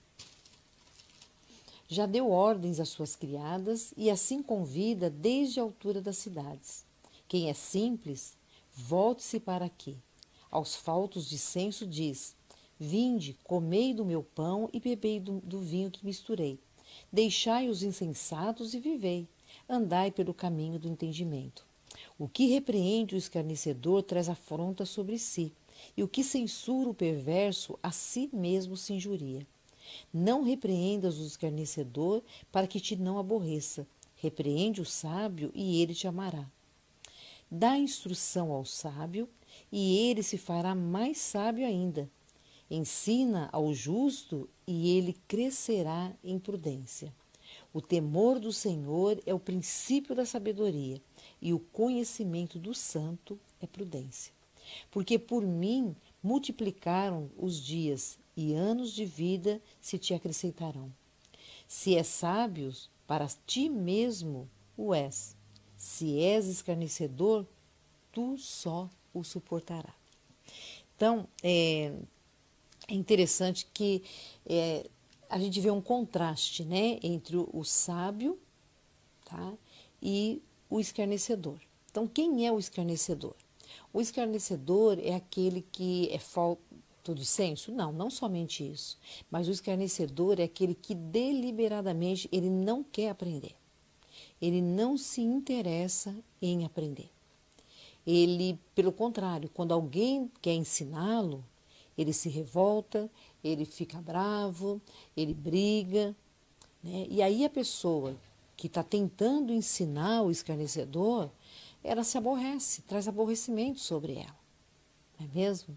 Já deu ordens às suas criadas e assim convida desde a altura das cidades. Quem é simples, volte-se para aqui. Aos faltos de senso diz: vinde, comei do meu pão e bebei do, do vinho que misturei. Deixai os insensatos e vivei. Andai pelo caminho do entendimento. O que repreende o escarnecedor traz afronta sobre si, e o que censura o perverso a si mesmo se injuria. Não repreendas o escarnecedor para que te não aborreça. Repreende o sábio e ele te amará. Dá instrução ao sábio e ele se fará mais sábio ainda. Ensina ao justo e ele crescerá em prudência. O temor do Senhor é o princípio da sabedoria e o conhecimento do santo é prudência. Porque por mim multiplicaram os dias e anos de vida se te acrescentarão. Se és sábio, para ti mesmo o és. Se és escarnecedor, tu só o suportarás. Então, é, é interessante que é, a gente vê um contraste, né, entre o, o sábio, tá, e o escarnecedor. Então, quem é o escarnecedor? O escarnecedor é aquele que é falto de senso? Não, não somente isso. Mas o escarnecedor é aquele que deliberadamente ele não quer aprender. Ele não se interessa em aprender. Ele, pelo contrário, quando alguém quer ensiná-lo, ele se revolta, ele fica bravo, ele briga, né? E aí a pessoa que está tentando ensinar o escarnecedor, ela se aborrece, traz aborrecimento sobre ela, não é mesmo?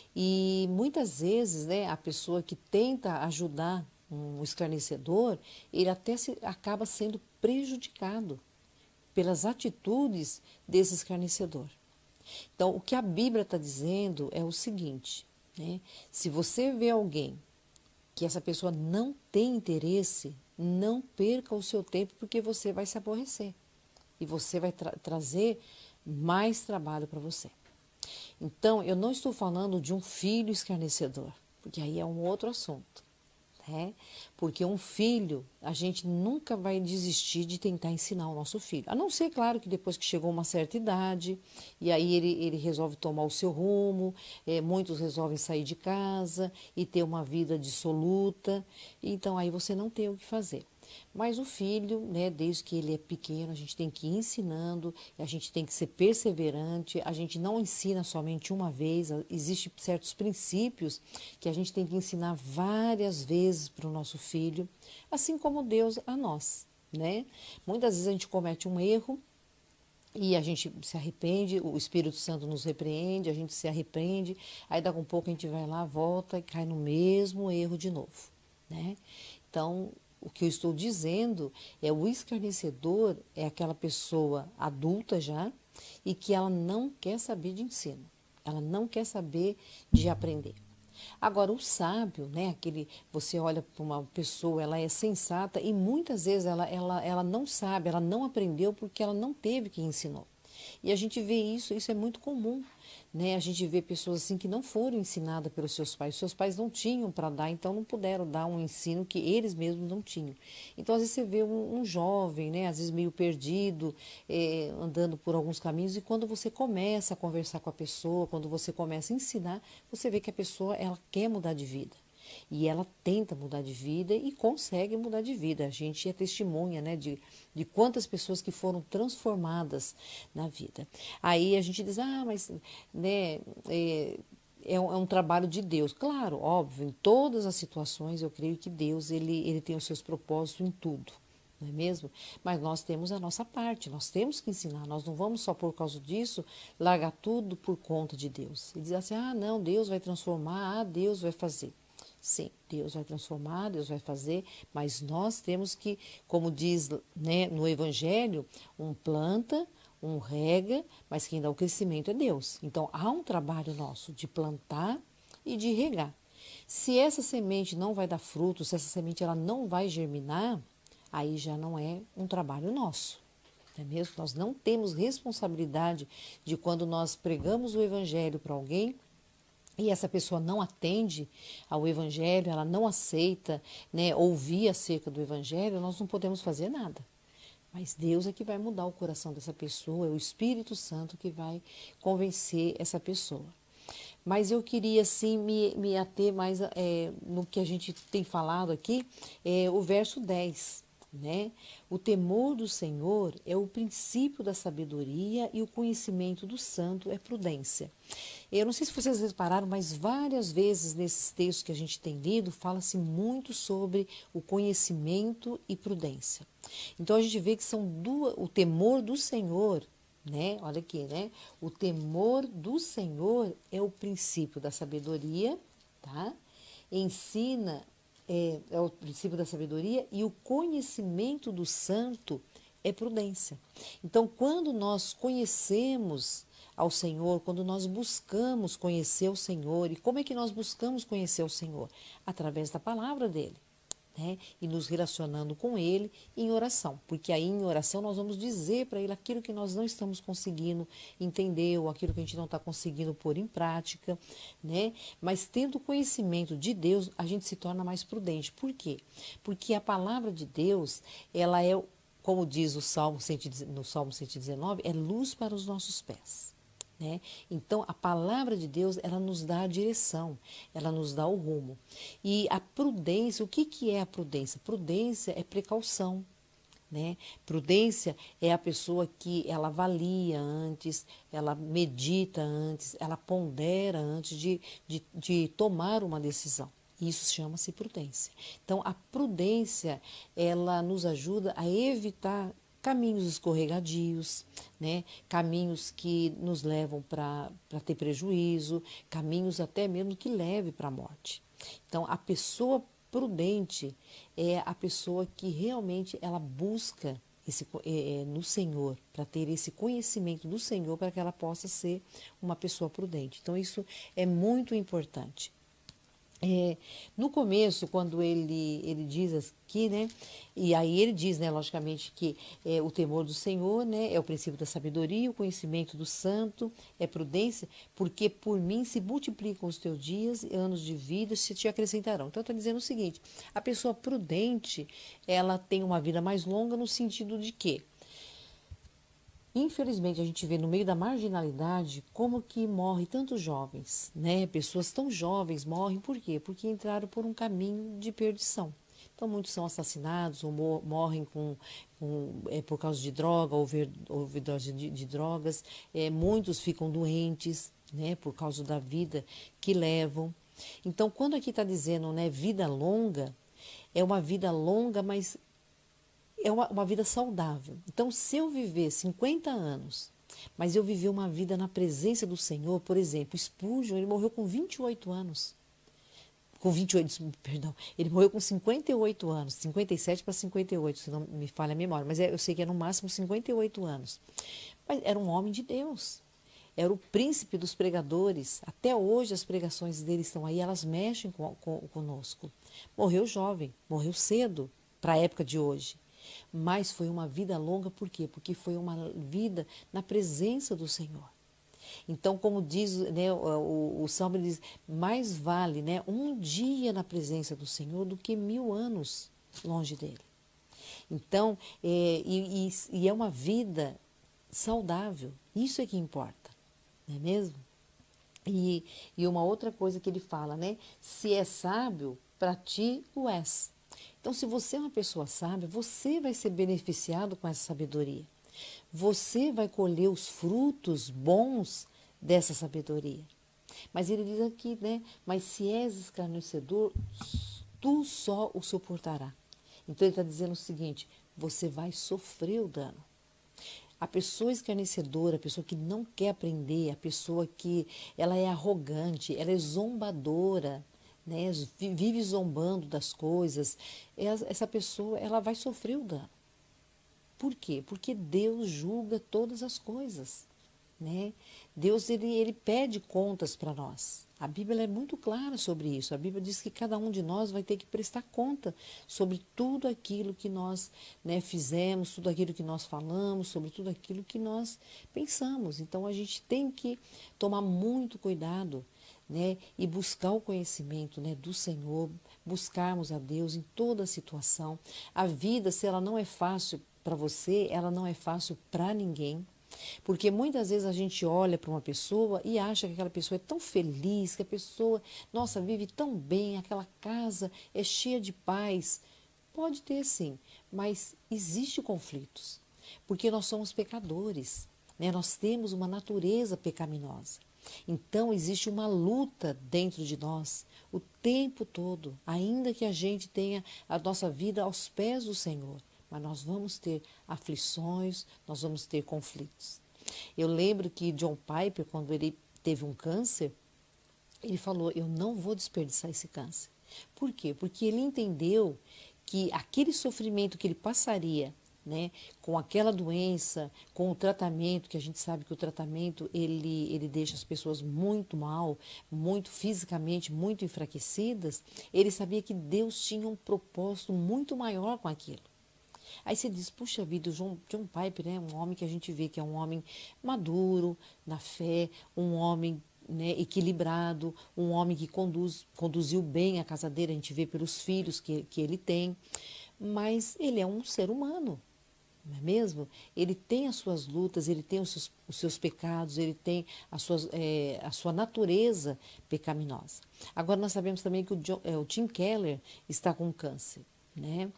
E muitas vezes, né, a pessoa que tenta ajudar um escarnecedor, ele até se, acaba sendo prejudicado pelas atitudes desse escarnecedor. Então, o que a Bíblia está dizendo é o seguinte, né? Se você vê alguém que essa pessoa não tem interesse, não perca o seu tempo, porque você vai se aborrecer e você vai tra trazer mais trabalho para você. Então, eu não estou falando de um filho escarnecedor, porque aí é um outro assunto. Né? Porque um filho, a gente nunca vai desistir de tentar ensinar o nosso filho. A não ser, claro, que depois que chegou uma certa idade, e aí ele, ele resolve tomar o seu rumo, é, muitos resolvem sair de casa e ter uma vida dissoluta, então aí você não tem o que fazer. Mas o filho, né, desde que ele é pequeno, a gente tem que ir ensinando, a gente tem que ser perseverante, a gente não ensina somente uma vez, existem certos princípios que a gente tem que ensinar várias vezes para o nosso filho, assim como Deus a nós, né? Muitas vezes a gente comete um erro e a gente se arrepende, o Espírito Santo nos repreende, a gente se arrepende, aí daqui a um pouco a gente vai lá, volta e cai no mesmo erro de novo, né? Então, o que eu estou dizendo é o escarnecedor é aquela pessoa adulta já e que ela não quer saber de ensino, ela não quer saber de aprender. Agora, o sábio, né, aquele, você olha para uma pessoa, ela é sensata e muitas vezes ela, ela, ela não sabe, ela não aprendeu porque ela não teve quem ensinou. E a gente vê isso, isso é muito comum, né? A gente vê pessoas assim que não foram ensinadas pelos seus pais. Os seus pais não tinham para dar, então não puderam dar um ensino que eles mesmos não tinham. Então, às vezes você vê um, um jovem, né? Às vezes meio perdido, eh, andando por alguns caminhos, e quando você começa a conversar com a pessoa, quando você começa a ensinar, você vê que a pessoa, ela quer mudar de vida. E ela tenta mudar de vida e consegue mudar de vida. A gente é testemunha, né, de, de quantas pessoas que foram transformadas na vida. Aí a gente diz, ah, mas né, é, é um, é um trabalho de Deus. Claro, óbvio, em todas as situações eu creio que Deus ele, ele tem os seus propósitos em tudo. Não é mesmo? Mas nós temos a nossa parte, nós temos que ensinar, nós não vamos só por causa disso largar tudo por conta de Deus. E dizer assim, ah, não, Deus vai transformar, ah, Deus vai fazer. Sim, Deus vai transformar, Deus vai fazer, mas nós temos que, como diz, né, no Evangelho, um planta, um rega, mas quem dá o crescimento é Deus. Então há um trabalho nosso de plantar e de regar. Se essa semente não vai dar fruto, se essa semente ela não vai germinar, aí já não é um trabalho nosso. Não é mesmo? Nós não temos responsabilidade de quando nós pregamos o Evangelho para alguém e essa pessoa não atende ao Evangelho, ela não aceita, né, ouvir acerca do Evangelho, nós não podemos fazer nada. Mas Deus é que vai mudar o coração dessa pessoa, é o Espírito Santo que vai convencer essa pessoa. Mas eu queria, sim, me, me ater mais é, no que a gente tem falado aqui, é, o verso dez. Né? O temor do Senhor é o princípio da sabedoria e o conhecimento do santo é prudência. Eu não sei se vocês repararam, mas várias vezes nesses textos que a gente tem lido, fala-se muito sobre o conhecimento e prudência. Então a gente vê que são duas, o temor do Senhor, né? Olha aqui, né? O temor do Senhor é o princípio da sabedoria, tá? Ensina É, é o princípio da sabedoria e o conhecimento do santo é prudência. Então, quando nós conhecemos ao Senhor, quando nós buscamos conhecer o Senhor, e como é que nós buscamos conhecer o Senhor? Através da palavra dele. Né? E nos relacionando com Ele em oração, porque aí em oração nós vamos dizer para Ele aquilo que nós não estamos conseguindo entender ou aquilo que a gente não está conseguindo pôr em prática, né? Mas tendo conhecimento de Deus, a gente se torna mais prudente. Por quê? Porque a palavra de Deus, ela é, como diz o Salmo no Salmo cento e dezenove, é luz para os nossos pés. Né? Então, a palavra de Deus, ela nos dá a direção, ela nos dá o rumo. E a prudência, o que, que é a prudência? Prudência é precaução. Né? Prudência é a pessoa que ela avalia antes, ela medita antes, ela pondera antes de, de, de tomar uma decisão. Isso chama-se prudência. Então, a prudência, ela nos ajuda a evitar caminhos escorregadios, né? Caminhos que nos levam para ter prejuízo, caminhos até mesmo que leve para a morte. Então, a pessoa prudente é a pessoa que realmente ela busca esse, é, no Senhor, para ter esse conhecimento do Senhor, para que ela possa ser uma pessoa prudente. Então, isso é muito importante. É, no começo, quando ele, ele diz aqui, né, e aí ele diz, né, logicamente, que é, o temor do Senhor, né, é o princípio da sabedoria, o conhecimento do santo, é prudência, porque por mim se multiplicam os teus dias e anos de vida se te acrescentarão. Então, está dizendo o seguinte, a pessoa prudente, ela tem uma vida mais longa no sentido de que, infelizmente, a gente vê no meio da marginalidade como que morre tantos jovens, né? Pessoas tão jovens morrem, por quê? Porque entraram por um caminho de perdição. Então, muitos são assassinados ou morrem com, com, é, por causa de droga, ou overdose de, de drogas. É, muitos ficam doentes, né? Por causa da vida que levam. Então, quando aqui está dizendo, né, vida longa, é uma vida longa, mas é uma, uma vida saudável. Então, se eu viver cinquenta anos, mas eu viver uma vida na presença do Senhor, por exemplo, Spurgeon, ele morreu com vinte e oito anos. Com vinte e oito, perdão, ele morreu com cinquenta e oito anos, cinquenta e sete para cinquenta e oito, se não me falha a memória, mas é, eu sei que é no máximo cinquenta e oito anos. Mas era um homem de Deus, era o príncipe dos pregadores. Até hoje as pregações dele estão aí, elas mexem com, com, conosco. Morreu jovem, morreu cedo para a época de hoje. Mas foi uma vida longa, por quê? Porque foi uma vida na presença do Senhor. Então, como diz, né, o, o, o Salmo diz, mais vale, né, um dia na presença do Senhor do que mil anos longe dele. Então, é, e, e, e é uma vida saudável, isso é que importa, não é mesmo? E, e uma outra coisa que ele fala, né? Se é sábio, para ti o és. Então, se você é uma pessoa sábia, você vai ser beneficiado com essa sabedoria. Você vai colher os frutos bons dessa sabedoria. Mas ele diz aqui, né? Mas se és escarnecedor, tu só o suportará. Então ele está dizendo o seguinte: você vai sofrer o dano. A pessoa escarnecedora, a pessoa que não quer aprender, a pessoa que ela é arrogante, ela é zombadora, né? Vive zombando das coisas, essa pessoa ela vai sofrer o dano. Por quê? Porque Deus julga todas as coisas, né? Deus ele, ele pede contas para nós. A Bíblia é muito clara sobre isso. A Bíblia diz que cada um de nós vai ter que prestar conta sobre tudo aquilo que nós, né, fizemos, tudo aquilo que nós falamos, sobre tudo aquilo que nós pensamos. Então a gente tem que tomar muito cuidado, né, e buscar o conhecimento, né, do Senhor, buscarmos a Deus em toda a situação. A vida, se ela não é fácil para você, ela não é fácil para ninguém. Porque muitas vezes a gente olha para uma pessoa e acha que aquela pessoa é tão feliz, que a pessoa, nossa, vive tão bem, aquela casa é cheia de paz. Pode ter sim, mas existe conflitos, porque nós somos pecadores, né? Nós temos uma natureza pecaminosa. Então existe uma luta dentro de nós o tempo todo, ainda que a gente tenha a nossa vida aos pés do Senhor. Mas nós vamos ter aflições, nós vamos ter conflitos. Eu lembro que John Piper, quando ele teve um câncer, ele falou, eu não vou desperdiçar esse câncer. Por quê? Porque ele entendeu que aquele sofrimento que ele passaria, né, com aquela doença, com o tratamento, que a gente sabe que o tratamento ele, ele deixa as pessoas muito mal, muito fisicamente, muito enfraquecidas, ele sabia que Deus tinha um propósito muito maior com aquilo. Aí você diz, puxa vida, o John, John Piper é, né, um homem que a gente vê que é um homem maduro na fé, um homem, né, equilibrado, um homem que conduz, conduziu bem a casa dele, a gente vê pelos filhos que, que ele tem, mas ele é um ser humano, não é mesmo? Ele tem as suas lutas, ele tem os seus, os seus pecados, ele tem a, suas, é, a sua natureza pecaminosa. Agora nós sabemos também que o, John, é, o Tim Keller está com câncer, né?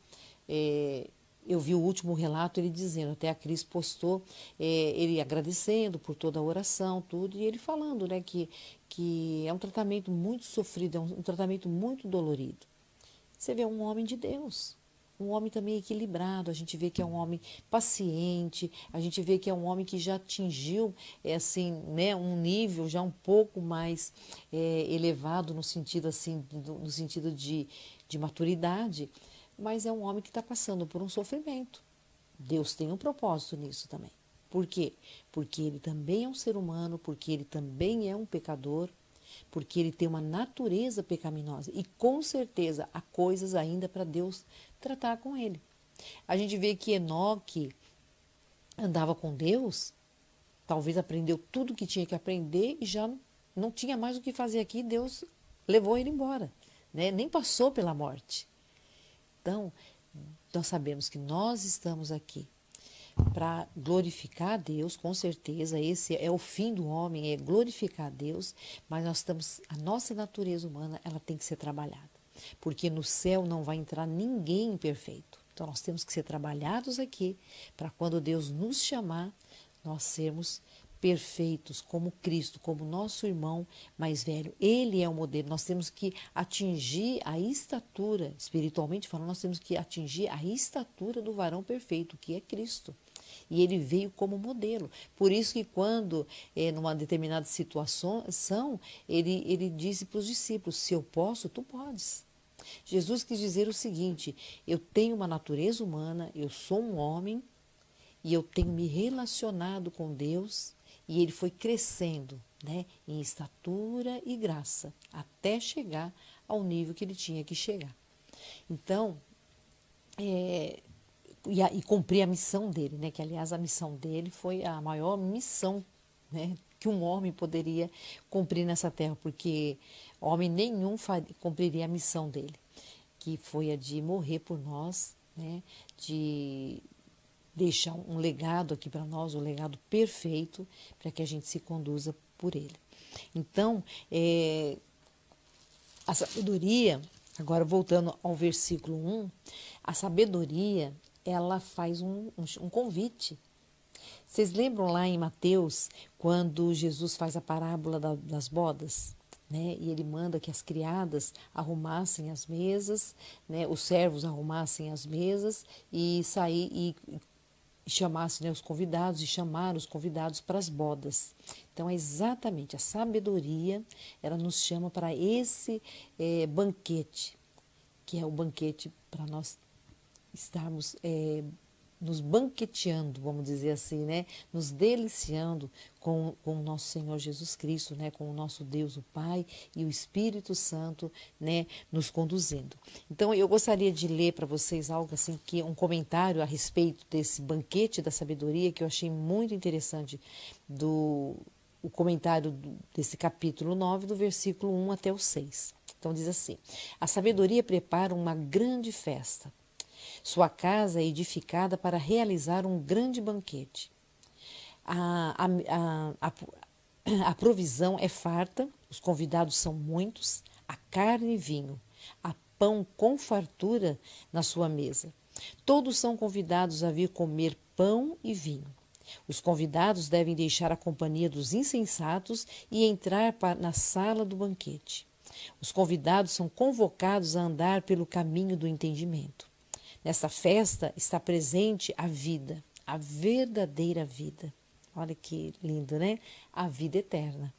É, eu vi o último relato, ele dizendo, até a Cris postou, é, ele agradecendo por toda a oração, tudo, e ele falando, né, que, que é um tratamento muito sofrido, é um, um tratamento muito dolorido. Você vê um homem de Deus, um homem também equilibrado, a gente vê que é um homem paciente, a gente vê que é um homem que já atingiu, é, assim, né, um nível já um pouco mais é, elevado no sentido, assim, do, no sentido de, de maturidade, mas é um homem que está passando por um sofrimento. Deus tem um propósito nisso também. Por quê? Porque ele também é um ser humano, porque ele também é um pecador, porque ele tem uma natureza pecaminosa. E com certeza há coisas ainda para Deus tratar com ele. A gente vê que Enoque andava com Deus, talvez aprendeu tudo que tinha que aprender e já não tinha mais o que fazer aqui, Deus levou ele embora, né? Nem passou pela morte. Então, nós sabemos que nós estamos aqui para glorificar a Deus, com certeza, esse é o fim do homem, é glorificar a Deus, mas nós estamos, a nossa natureza humana, ela tem que ser trabalhada, porque no céu não vai entrar ninguém imperfeito. Então, nós temos que ser trabalhados aqui, para quando Deus nos chamar, nós sermos perfeitos, como Cristo, como nosso irmão mais velho. Ele é o modelo. Nós temos que atingir a estatura, espiritualmente falando, nós temos que atingir a estatura do varão perfeito, que é Cristo. E ele veio como modelo. Por isso que quando, é, numa determinada situação, ele, ele disse para os discípulos, se eu posso, tu podes. Jesus quis dizer o seguinte, eu tenho uma natureza humana, eu sou um homem, e eu tenho me relacionado com Deus, e ele foi crescendo, né, em estatura e graça, até chegar ao nível que ele tinha que chegar. Então, é, e, a, e cumprir a missão dele, né? Que aliás a missão dele foi a maior missão, né, que um homem poderia cumprir nessa terra, porque homem nenhum faria, cumpriria a missão dele, que foi a de morrer por nós, né, de deixar um legado aqui para nós, um legado perfeito, para que a gente se conduza por ele. Então, é, a sabedoria, agora voltando ao versículo um, a sabedoria, ela faz um, um, um convite. Vocês lembram lá em Mateus, quando Jesus faz a parábola da, das bodas? Né? E ele manda que as criadas arrumassem as mesas, né? Os servos arrumassem as mesas e sair e, e chamassem, né, os convidados e chamar os convidados para as bodas. Então é exatamente a sabedoria, ela nos chama para esse é, banquete, que é o banquete para nós estarmos é, nos banqueteando, vamos dizer assim, né? Nos deliciando com, com o nosso Senhor Jesus Cristo, né? Com o nosso Deus, o Pai e o Espírito Santo, né? Nos conduzindo. Então, eu gostaria de ler para vocês algo assim, que um comentário a respeito desse banquete da sabedoria, que eu achei muito interessante, do o comentário do, desse capítulo nove, do versículo um até o seis. Então, diz assim: a sabedoria prepara uma grande festa. Sua casa é edificada para realizar um grande banquete. A, a, a, a, a provisão é farta, os convidados são muitos, há carne e vinho, há pão com fartura na sua mesa. Todos são convidados a vir comer pão e vinho. Os convidados devem deixar a companhia dos insensatos e entrar na sala do banquete. Os convidados são convocados a andar pelo caminho do entendimento. Nessa festa está presente a vida, a verdadeira vida. Olha que lindo, né? A vida eterna.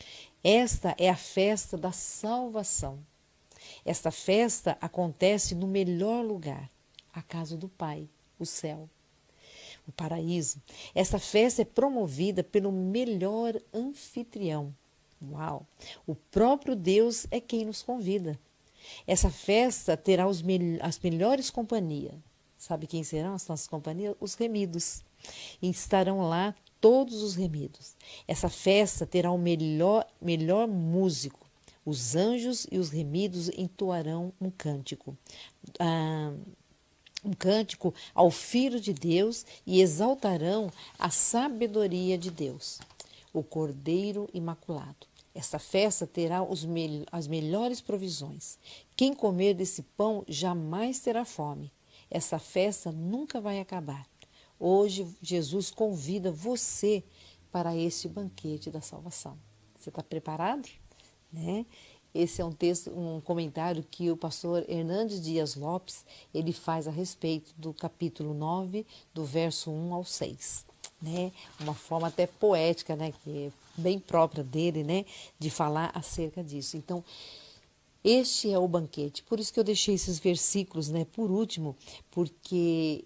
Esta é a festa da salvação. Esta festa acontece no melhor lugar, a casa do Pai, o céu, o paraíso. Esta festa é promovida pelo melhor anfitrião. Uau! O próprio Deus é quem nos convida. Essa festa terá os me as melhores companhias. Sabe quem serão as nossas companhias? Os remidos. E estarão lá todos os remidos. Essa festa terá o melhor, melhor músico. Os anjos e os remidos entoarão um cântico. Ah, um cântico ao Filho de Deus e exaltarão a sabedoria de Deus, o Cordeiro Imaculado. Esta festa terá os me as melhores provisões. Quem comer desse pão jamais terá fome. Essa festa nunca vai acabar. Hoje, Jesus convida você para este banquete da salvação. Você está preparado? Né? Esse é um texto, um comentário que o pastor Hernandes Dias Lopes ele faz a respeito do capítulo nove, do verso um ao seis. Né? Uma forma até poética, né? Que é bem própria dele, né? De falar acerca disso. Então, este é o banquete. Por isso que eu deixei esses versículos, né, por último, porque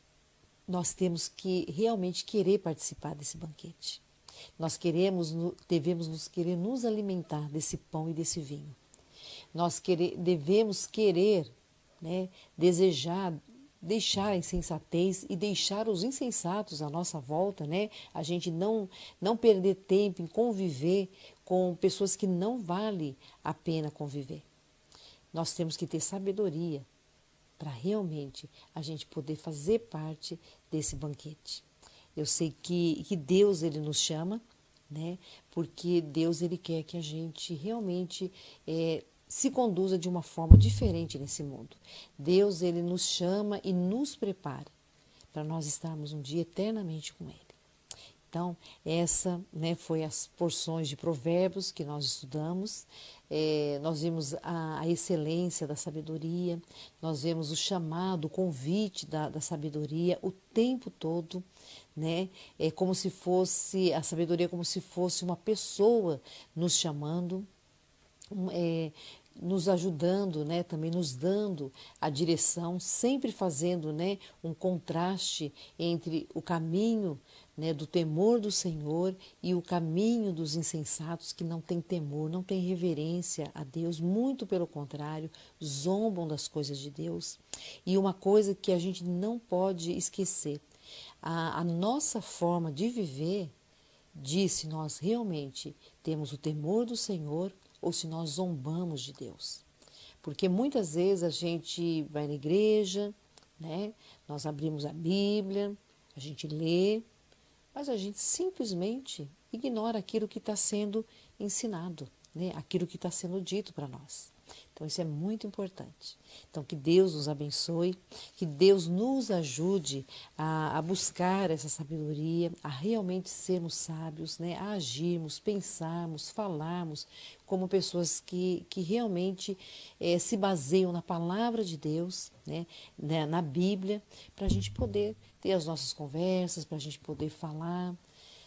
nós temos que realmente querer participar desse banquete. Nós queremos, devemos nos querer nos alimentar desse pão e desse vinho. Nós querer, devemos querer, né, desejar, deixar a insensatez e deixar os insensatos à nossa volta, né? A gente não, não perder tempo em conviver com pessoas que não vale a pena conviver. Nós temos que ter sabedoria para realmente a gente poder fazer parte desse banquete. Eu sei que, que Deus ele nos chama, né? Porque Deus ele quer que a gente realmente é, se conduza de uma forma diferente nesse mundo. Deus ele nos chama e nos prepara para nós estarmos um dia eternamente com Ele. Então, essa, né, foi as porções de provérbios que nós estudamos. É, nós vimos a, a excelência da sabedoria, nós vemos o chamado, o convite da, da sabedoria o tempo todo, né? É como se fosse, a sabedoria é como se fosse uma pessoa nos chamando, um, é, nos ajudando, né? Também nos dando a direção, sempre fazendo, né, um contraste entre o caminho né, do temor do Senhor e o caminho dos insensatos que não tem temor, não tem reverência a Deus, muito pelo contrário, zombam das coisas de Deus. E uma coisa que a gente não pode esquecer, a, a nossa forma de viver diz se nós realmente temos o temor do Senhor ou se nós zombamos de Deus. Porque muitas vezes a gente vai na igreja, né? Nós abrimos a Bíblia, a gente lê, mas a gente simplesmente ignora aquilo que está sendo ensinado, né? Aquilo que está sendo dito para nós. Então isso é muito importante. Então que Deus nos abençoe, que Deus nos ajude a, a buscar essa sabedoria, a realmente sermos sábios, né? A agirmos, pensarmos, falarmos como pessoas que, que realmente é, se baseiam na palavra de Deus, né? na, na Bíblia, para a gente poder ter as nossas conversas, para a gente poder falar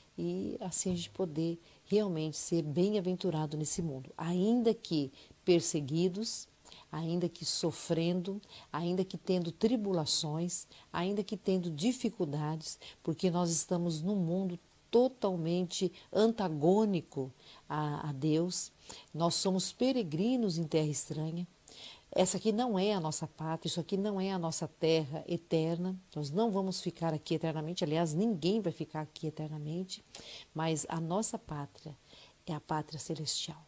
e assim a gente poder realmente ser bem-aventurado nesse mundo, ainda que perseguidos, ainda que sofrendo, ainda que tendo tribulações, ainda que tendo dificuldades, porque nós estamos num mundo totalmente antagônico a, a Deus, nós somos peregrinos em terra estranha. Essa aqui não é a nossa pátria, isso aqui não é a nossa terra eterna, nós não vamos ficar aqui eternamente, aliás, ninguém vai ficar aqui eternamente, mas a nossa pátria é a pátria celestial.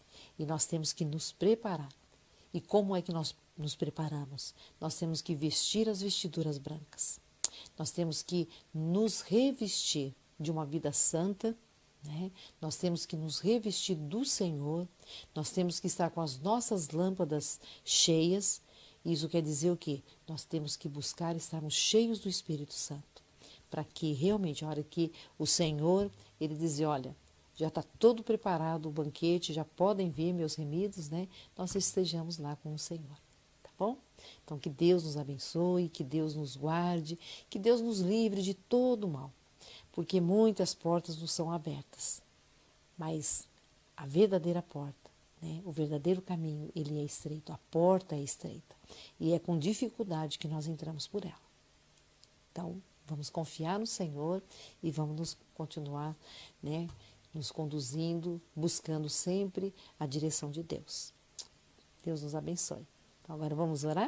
E nós temos que nos preparar. E como é que nós nos preparamos? Nós temos que vestir as vestiduras brancas. Nós temos que nos revestir de uma vida santa, né? Nós temos que nos revestir do Senhor. Nós temos que estar com as nossas lâmpadas cheias. Isso quer dizer o quê? Nós temos que buscar estarmos cheios do Espírito Santo. Para que realmente, a hora que o Senhor, Ele diz, olha, já está todo preparado o banquete, já podem vir meus remidos, né? Nós estejamos lá com o Senhor, tá bom? Então, que Deus nos abençoe, que Deus nos guarde, que Deus nos livre de todo o mal, porque muitas portas nos são abertas, mas a verdadeira porta, né? O verdadeiro caminho, ele é estreito, a porta é estreita, e é com dificuldade que nós entramos por ela. Então, vamos confiar no Senhor e vamos nos continuar, né? nos conduzindo, buscando sempre a direção de Deus. Deus nos abençoe. Então, agora vamos orar?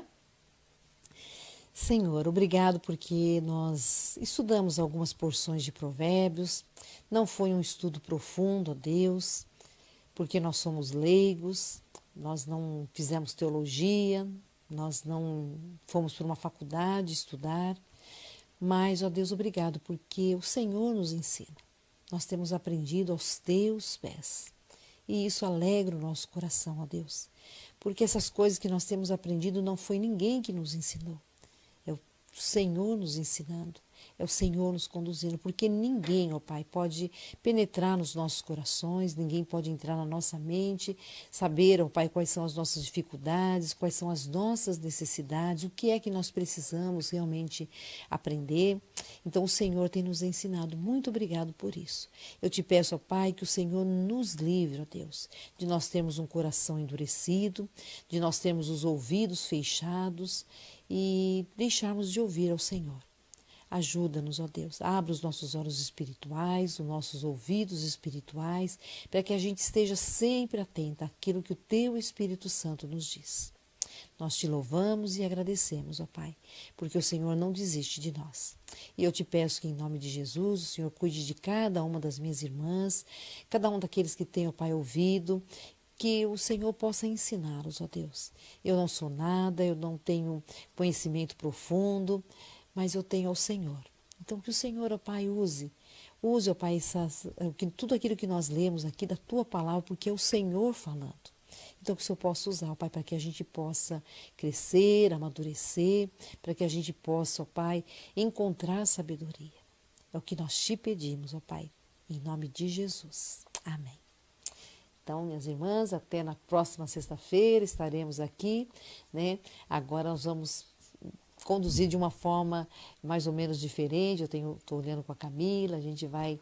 Senhor, obrigado porque nós estudamos algumas porções de Provérbios. Não foi um estudo profundo, ó Deus, porque nós somos leigos, nós não fizemos teologia, nós não fomos para uma faculdade estudar. Mas, ó Deus, obrigado porque o Senhor nos ensina. Nós temos aprendido aos teus pés. E isso alegra o nosso coração, ó Deus. Porque essas coisas que nós temos aprendido não foi ninguém que nos ensinou. É o Senhor nos ensinando. É o Senhor nos conduzindo. Porque ninguém, ó Pai, pode penetrar nos nossos corações, ninguém pode entrar na nossa mente, saber, ó Pai, quais são as nossas dificuldades, quais são as nossas necessidades, o que é que nós precisamos realmente aprender. Então, o Senhor tem nos ensinado. Muito obrigado por isso. Eu te peço, ó Pai, que o Senhor nos livre, ó Deus, de nós termos um coração endurecido, de nós termos os ouvidos fechados e deixarmos de ouvir ao Senhor. Ajuda-nos, ó Deus, abra os nossos olhos espirituais, os nossos ouvidos espirituais, para que a gente esteja sempre atenta àquilo que o Teu Espírito Santo nos diz. Nós te louvamos e agradecemos, ó Pai, porque o Senhor não desiste de nós. E eu te peço que, em nome de Jesus, o Senhor cuide de cada uma das minhas irmãs, cada um daqueles que tem, ó Pai, ouvido, que o Senhor possa ensiná-los, ó Deus. Eu não sou nada, eu não tenho conhecimento profundo, mas eu tenho ao Senhor. Então, que o Senhor, ó Pai, use, use, ó Pai, essas, tudo aquilo que nós lemos aqui da Tua Palavra, porque é o Senhor falando. Então, que o Senhor possa usar, ó Pai, para que a gente possa crescer, amadurecer, para que a gente possa, ó Pai, encontrar sabedoria. É o que nós te pedimos, ó Pai, em nome de Jesus. Amém. Então, minhas irmãs, até na próxima sexta-feira estaremos aqui, né? Agora nós vamos conduzir de uma forma mais ou menos diferente. Eu tenho, estou olhando com a Camila, a gente vai,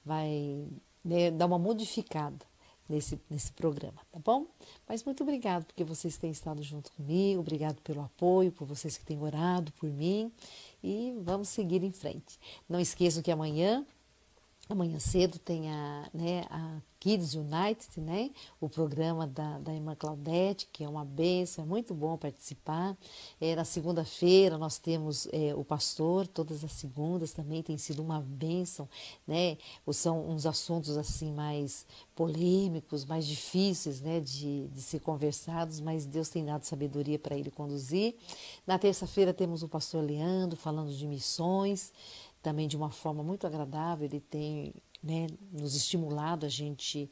vai né, dar uma modificada nesse, nesse programa, tá bom? Mas muito obrigado porque vocês têm estado junto comigo, obrigado pelo apoio, por vocês que têm orado por mim e vamos seguir em frente. Não esqueçam que amanhã Amanhã cedo tem a, né, a Kids United, né, o programa da, da irmã Claudete, que é uma bênção, é muito bom participar. É, na segunda-feira nós temos é, o pastor, todas as segundas também tem sido uma bênção, né, são uns assuntos assim mais polêmicos, mais difíceis, né, de, de ser conversados, mas Deus tem dado sabedoria para ele conduzir. Na terça-feira temos o pastor Leandro falando de missões, também de uma forma muito agradável. Ele tem, né, nos estimulado a gente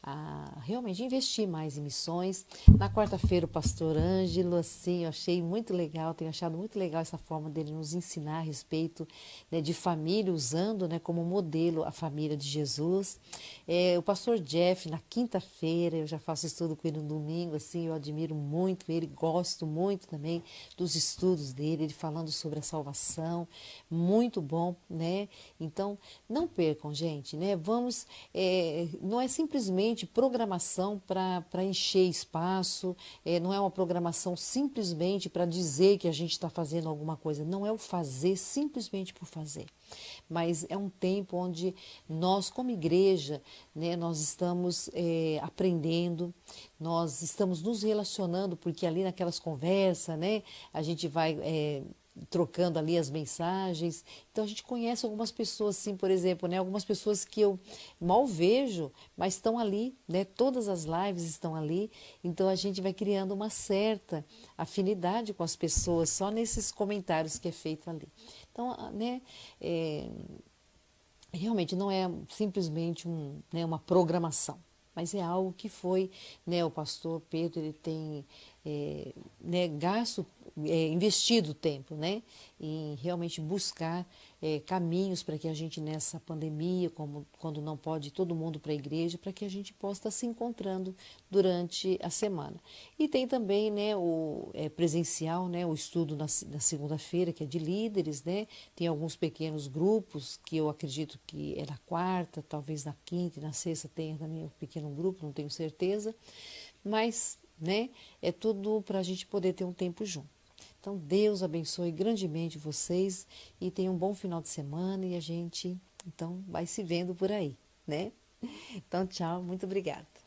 a realmente investir mais em missões. Na quarta-feira, o pastor Ângelo, assim, eu achei muito legal, tenho achado muito legal essa forma dele nos ensinar a respeito, né, de família, usando, né, como modelo a família de Jesus. É, o pastor Jeff, na quinta-feira, eu já faço estudo com ele no domingo, assim, eu admiro muito ele, gosto muito também dos estudos dele, ele falando sobre a salvação, muito bom, né? Então, não percam, gente, né? Vamos, é, não é simplesmente programação para encher espaço, é, não é uma programação simplesmente para dizer que a gente está fazendo alguma coisa, não é o fazer simplesmente por fazer, mas é um tempo onde nós, como igreja, né, nós estamos é, aprendendo, nós estamos nos relacionando, porque ali naquelas conversas, né, a gente vai é, trocando ali as mensagens. Então a gente conhece algumas pessoas, assim, por exemplo, né, algumas pessoas que eu mal vejo, mas estão ali, né, todas as lives estão ali. Então a gente vai criando uma certa afinidade com as pessoas só nesses comentários que é feito ali. Então, né, é, realmente não é simplesmente um, né, uma programação, mas é algo que foi, né, o pastor Pedro, ele tem é, né, gasto, é, investido tempo, né, em realmente buscar é, caminhos para que a gente nessa pandemia, como, quando não pode ir todo mundo para a igreja, para que a gente possa estar se encontrando durante a semana. E tem também, né, o é, presencial, né, o estudo na, na segunda-feira, que é de líderes, né, tem alguns pequenos grupos, que eu acredito que é na quarta, talvez na quinta e na sexta tenha também um pequeno grupo, não tenho certeza, mas, né, é tudo para a gente poder ter um tempo junto. Então, Deus abençoe grandemente vocês e tenha um bom final de semana e a gente, então, vai se vendo por aí, né? Então, tchau, muito obrigada.